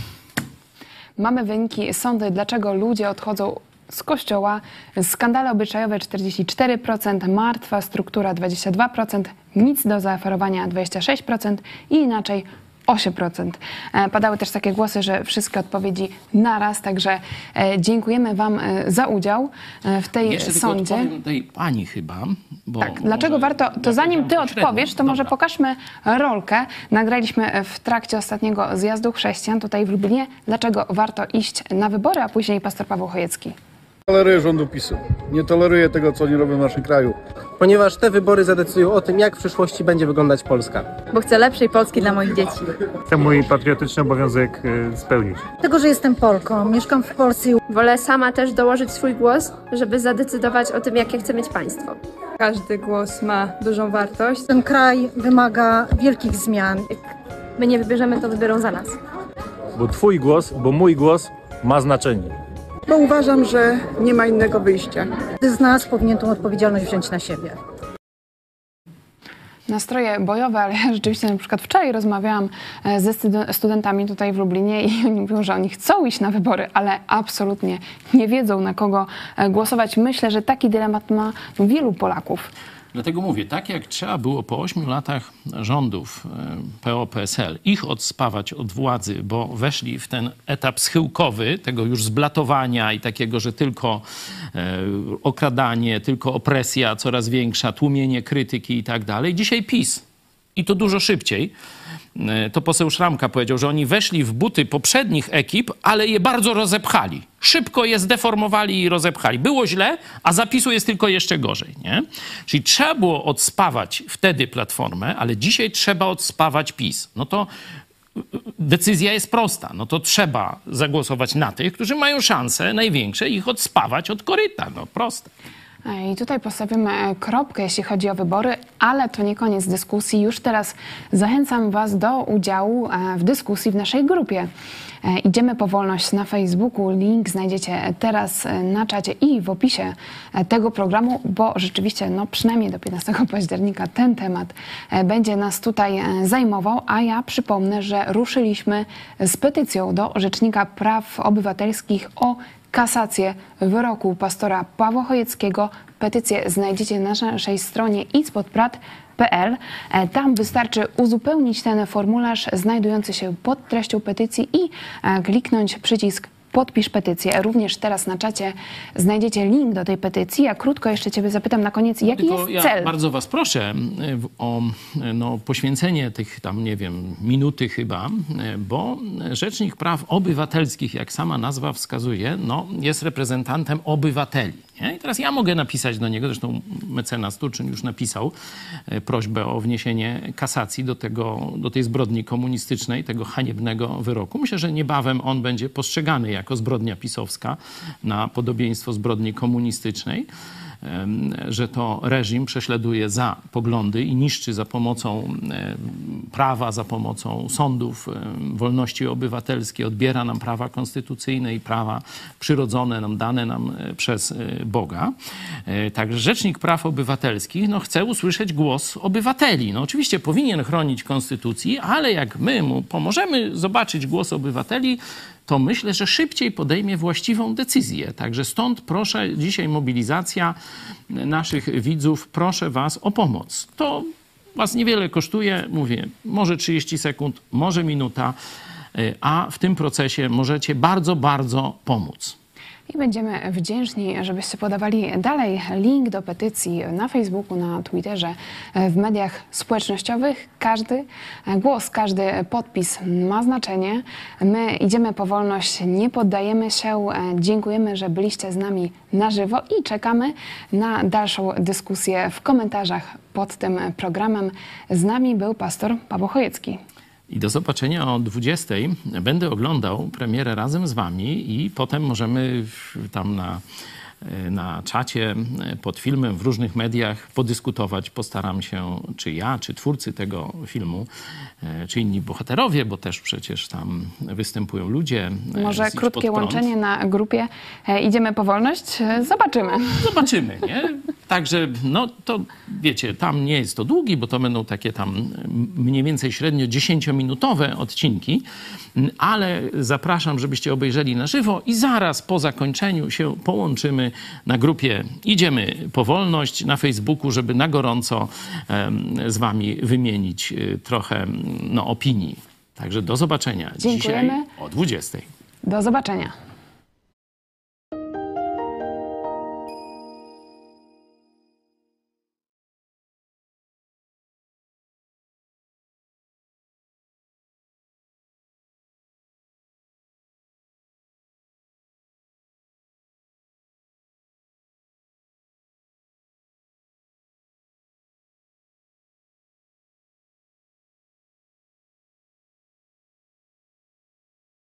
Mamy wyniki sądy, dlaczego ludzie odchodzą z kościoła. Skandale obyczajowe czterdzieści cztery procent, martwa struktura dwadzieścia dwa procent, nic do zaoferowania dwadzieścia sześć procent i inaczej osiem procent. Padały też takie głosy, że wszystkie odpowiedzi naraz, także dziękujemy wam za udział w tej Jeszcze sądzie. Jeszcze tej pani chyba. Bo tak, dlaczego warto, to zanim ty odpowiesz, to może pokażmy rolkę. Nagraliśmy w trakcie ostatniego zjazdu chrześcijan tutaj w Lublinie. Dlaczego warto iść na wybory, a później pastor Paweł Chojecki. Nie toleruję rządu PiSu. Nie toleruję tego, co oni robią w naszym kraju. Ponieważ te wybory zadecydują o tym, jak w przyszłości będzie wyglądać Polska. Bo chcę lepszej Polski dla moich dzieci. Chcę mój patriotyczny obowiązek spełnić. Dlatego, że jestem Polką, mieszkam w Polsce. Wolę sama też dołożyć swój głos, żeby zadecydować o tym, jakie chcę mieć państwo. Każdy głos ma dużą wartość. Ten kraj wymaga wielkich zmian. My nie wybierzemy, to wybiorą za nas. Bo twój głos, bo mój głos ma znaczenie. Bo uważam, że nie ma innego wyjścia. Każdy z nas powinien tą odpowiedzialność wziąć na siebie. Nastroje bojowe, ale ja rzeczywiście na przykład wczoraj rozmawiałam ze studentami tutaj w Lublinie i oni mówią, że oni chcą iść na wybory, ale absolutnie nie wiedzą, na kogo głosować. Myślę, że taki dylemat ma wielu Polaków. Dlatego mówię, tak jak trzeba było po ośmiu latach rządów P O P S L ich odspawać od władzy, bo weszli w ten etap schyłkowy, tego już zblatowania i takiego, że tylko e, okradanie, tylko opresja coraz większa, tłumienie krytyki i tak dalej. Dzisiaj PiS i to dużo szybciej. To poseł Szramka powiedział, że oni weszli w buty poprzednich ekip, ale je bardzo rozepchali. Szybko je zdeformowali i rozepchali. Było źle, a zapisu jest tylko jeszcze gorzej, nie? Czyli trzeba było odspawać wtedy Platformę, ale dzisiaj trzeba odspawać PiS. No to decyzja jest prosta. No to trzeba zagłosować na tych, którzy mają szansę największe ich odspawać od koryta. No proste. I tutaj postawimy kropkę, jeśli chodzi o wybory, ale to nie koniec dyskusji. Już teraz zachęcam Was do udziału w dyskusji w naszej grupie. Idziemy po wolność na Facebooku. Link znajdziecie teraz na czacie i w opisie tego programu, bo rzeczywiście no, przynajmniej do piętnastego października ten temat będzie nas tutaj zajmował. A ja przypomnę, że ruszyliśmy z petycją do Rzecznika Praw Obywatelskich o kasację wyroku pastora Pawła Chojeckiego. Petycję znajdziecie na naszej stronie idź pod prat kropka p l. Tam wystarczy uzupełnić ten formularz znajdujący się pod treścią petycji i kliknąć przycisk podpisz petycję. Również teraz na czacie znajdziecie link do tej petycji. Ja krótko jeszcze Ciebie zapytam na koniec, jaki Tylko jest ja cel? Bardzo Was proszę o no, poświęcenie tych tam, nie wiem, minuty chyba, bo Rzecznik Praw Obywatelskich, jak sama nazwa wskazuje, no, jest reprezentantem obywateli. Nie? I teraz ja mogę napisać do niego, zresztą mecenas Turczyn już napisał prośbę o wniesienie kasacji do, tego, do tej zbrodni komunistycznej, tego haniebnego wyroku. Myślę, że niebawem on będzie postrzegany jako zbrodnia pisowska na podobieństwo zbrodni komunistycznej, że to reżim prześladuje za poglądy i niszczy za pomocą prawa, za pomocą sądów, wolności obywatelskie, odbiera nam prawa konstytucyjne i prawa przyrodzone nam, dane nam przez Boga. Także Rzecznik Praw Obywatelskich no, chce usłyszeć głos obywateli. No, oczywiście powinien chronić konstytucji, ale jak my mu pomożemy zobaczyć głos obywateli, to myślę, że szybciej podejmie właściwą decyzję. Także stąd proszę, dzisiaj mobilizacja naszych widzów, proszę Was o pomoc. To Was niewiele kosztuje, mówię, może trzydzieści sekund, może minuta, a w tym procesie możecie bardzo, bardzo pomóc. I będziemy wdzięczni, żebyście podawali dalej link do petycji na Facebooku, na Twitterze, w mediach społecznościowych. Każdy głos, każdy podpis ma znaczenie. My idziemy po wolność, nie poddajemy się. Dziękujemy, że byliście z nami na żywo i czekamy na dalszą dyskusję w komentarzach pod tym programem. Z nami był pastor Paweł Chojecki. I do zobaczenia o dwudziestej. Będę oglądał premierę razem z Wami i potem możemy tam na, na czacie pod filmem w różnych mediach podyskutować. Postaram się, czy ja, czy twórcy tego filmu, czy inni bohaterowie, bo też przecież tam występują ludzie. Może krótkie łączenie na grupie Idziemy po wolność? Zobaczymy. Zobaczymy, nie? Także, no to wiecie, tam nie jest to długi, bo to będą takie tam mniej więcej średnio dziesięciominutowe odcinki, ale zapraszam, żebyście obejrzeli na żywo i zaraz po zakończeniu się połączymy na grupie Idziemy po wolność na Facebooku, żeby na gorąco z Wami wymienić trochę no, opinii. Także do zobaczenia Dziękujemy. dzisiaj o dwudziestej. Do zobaczenia.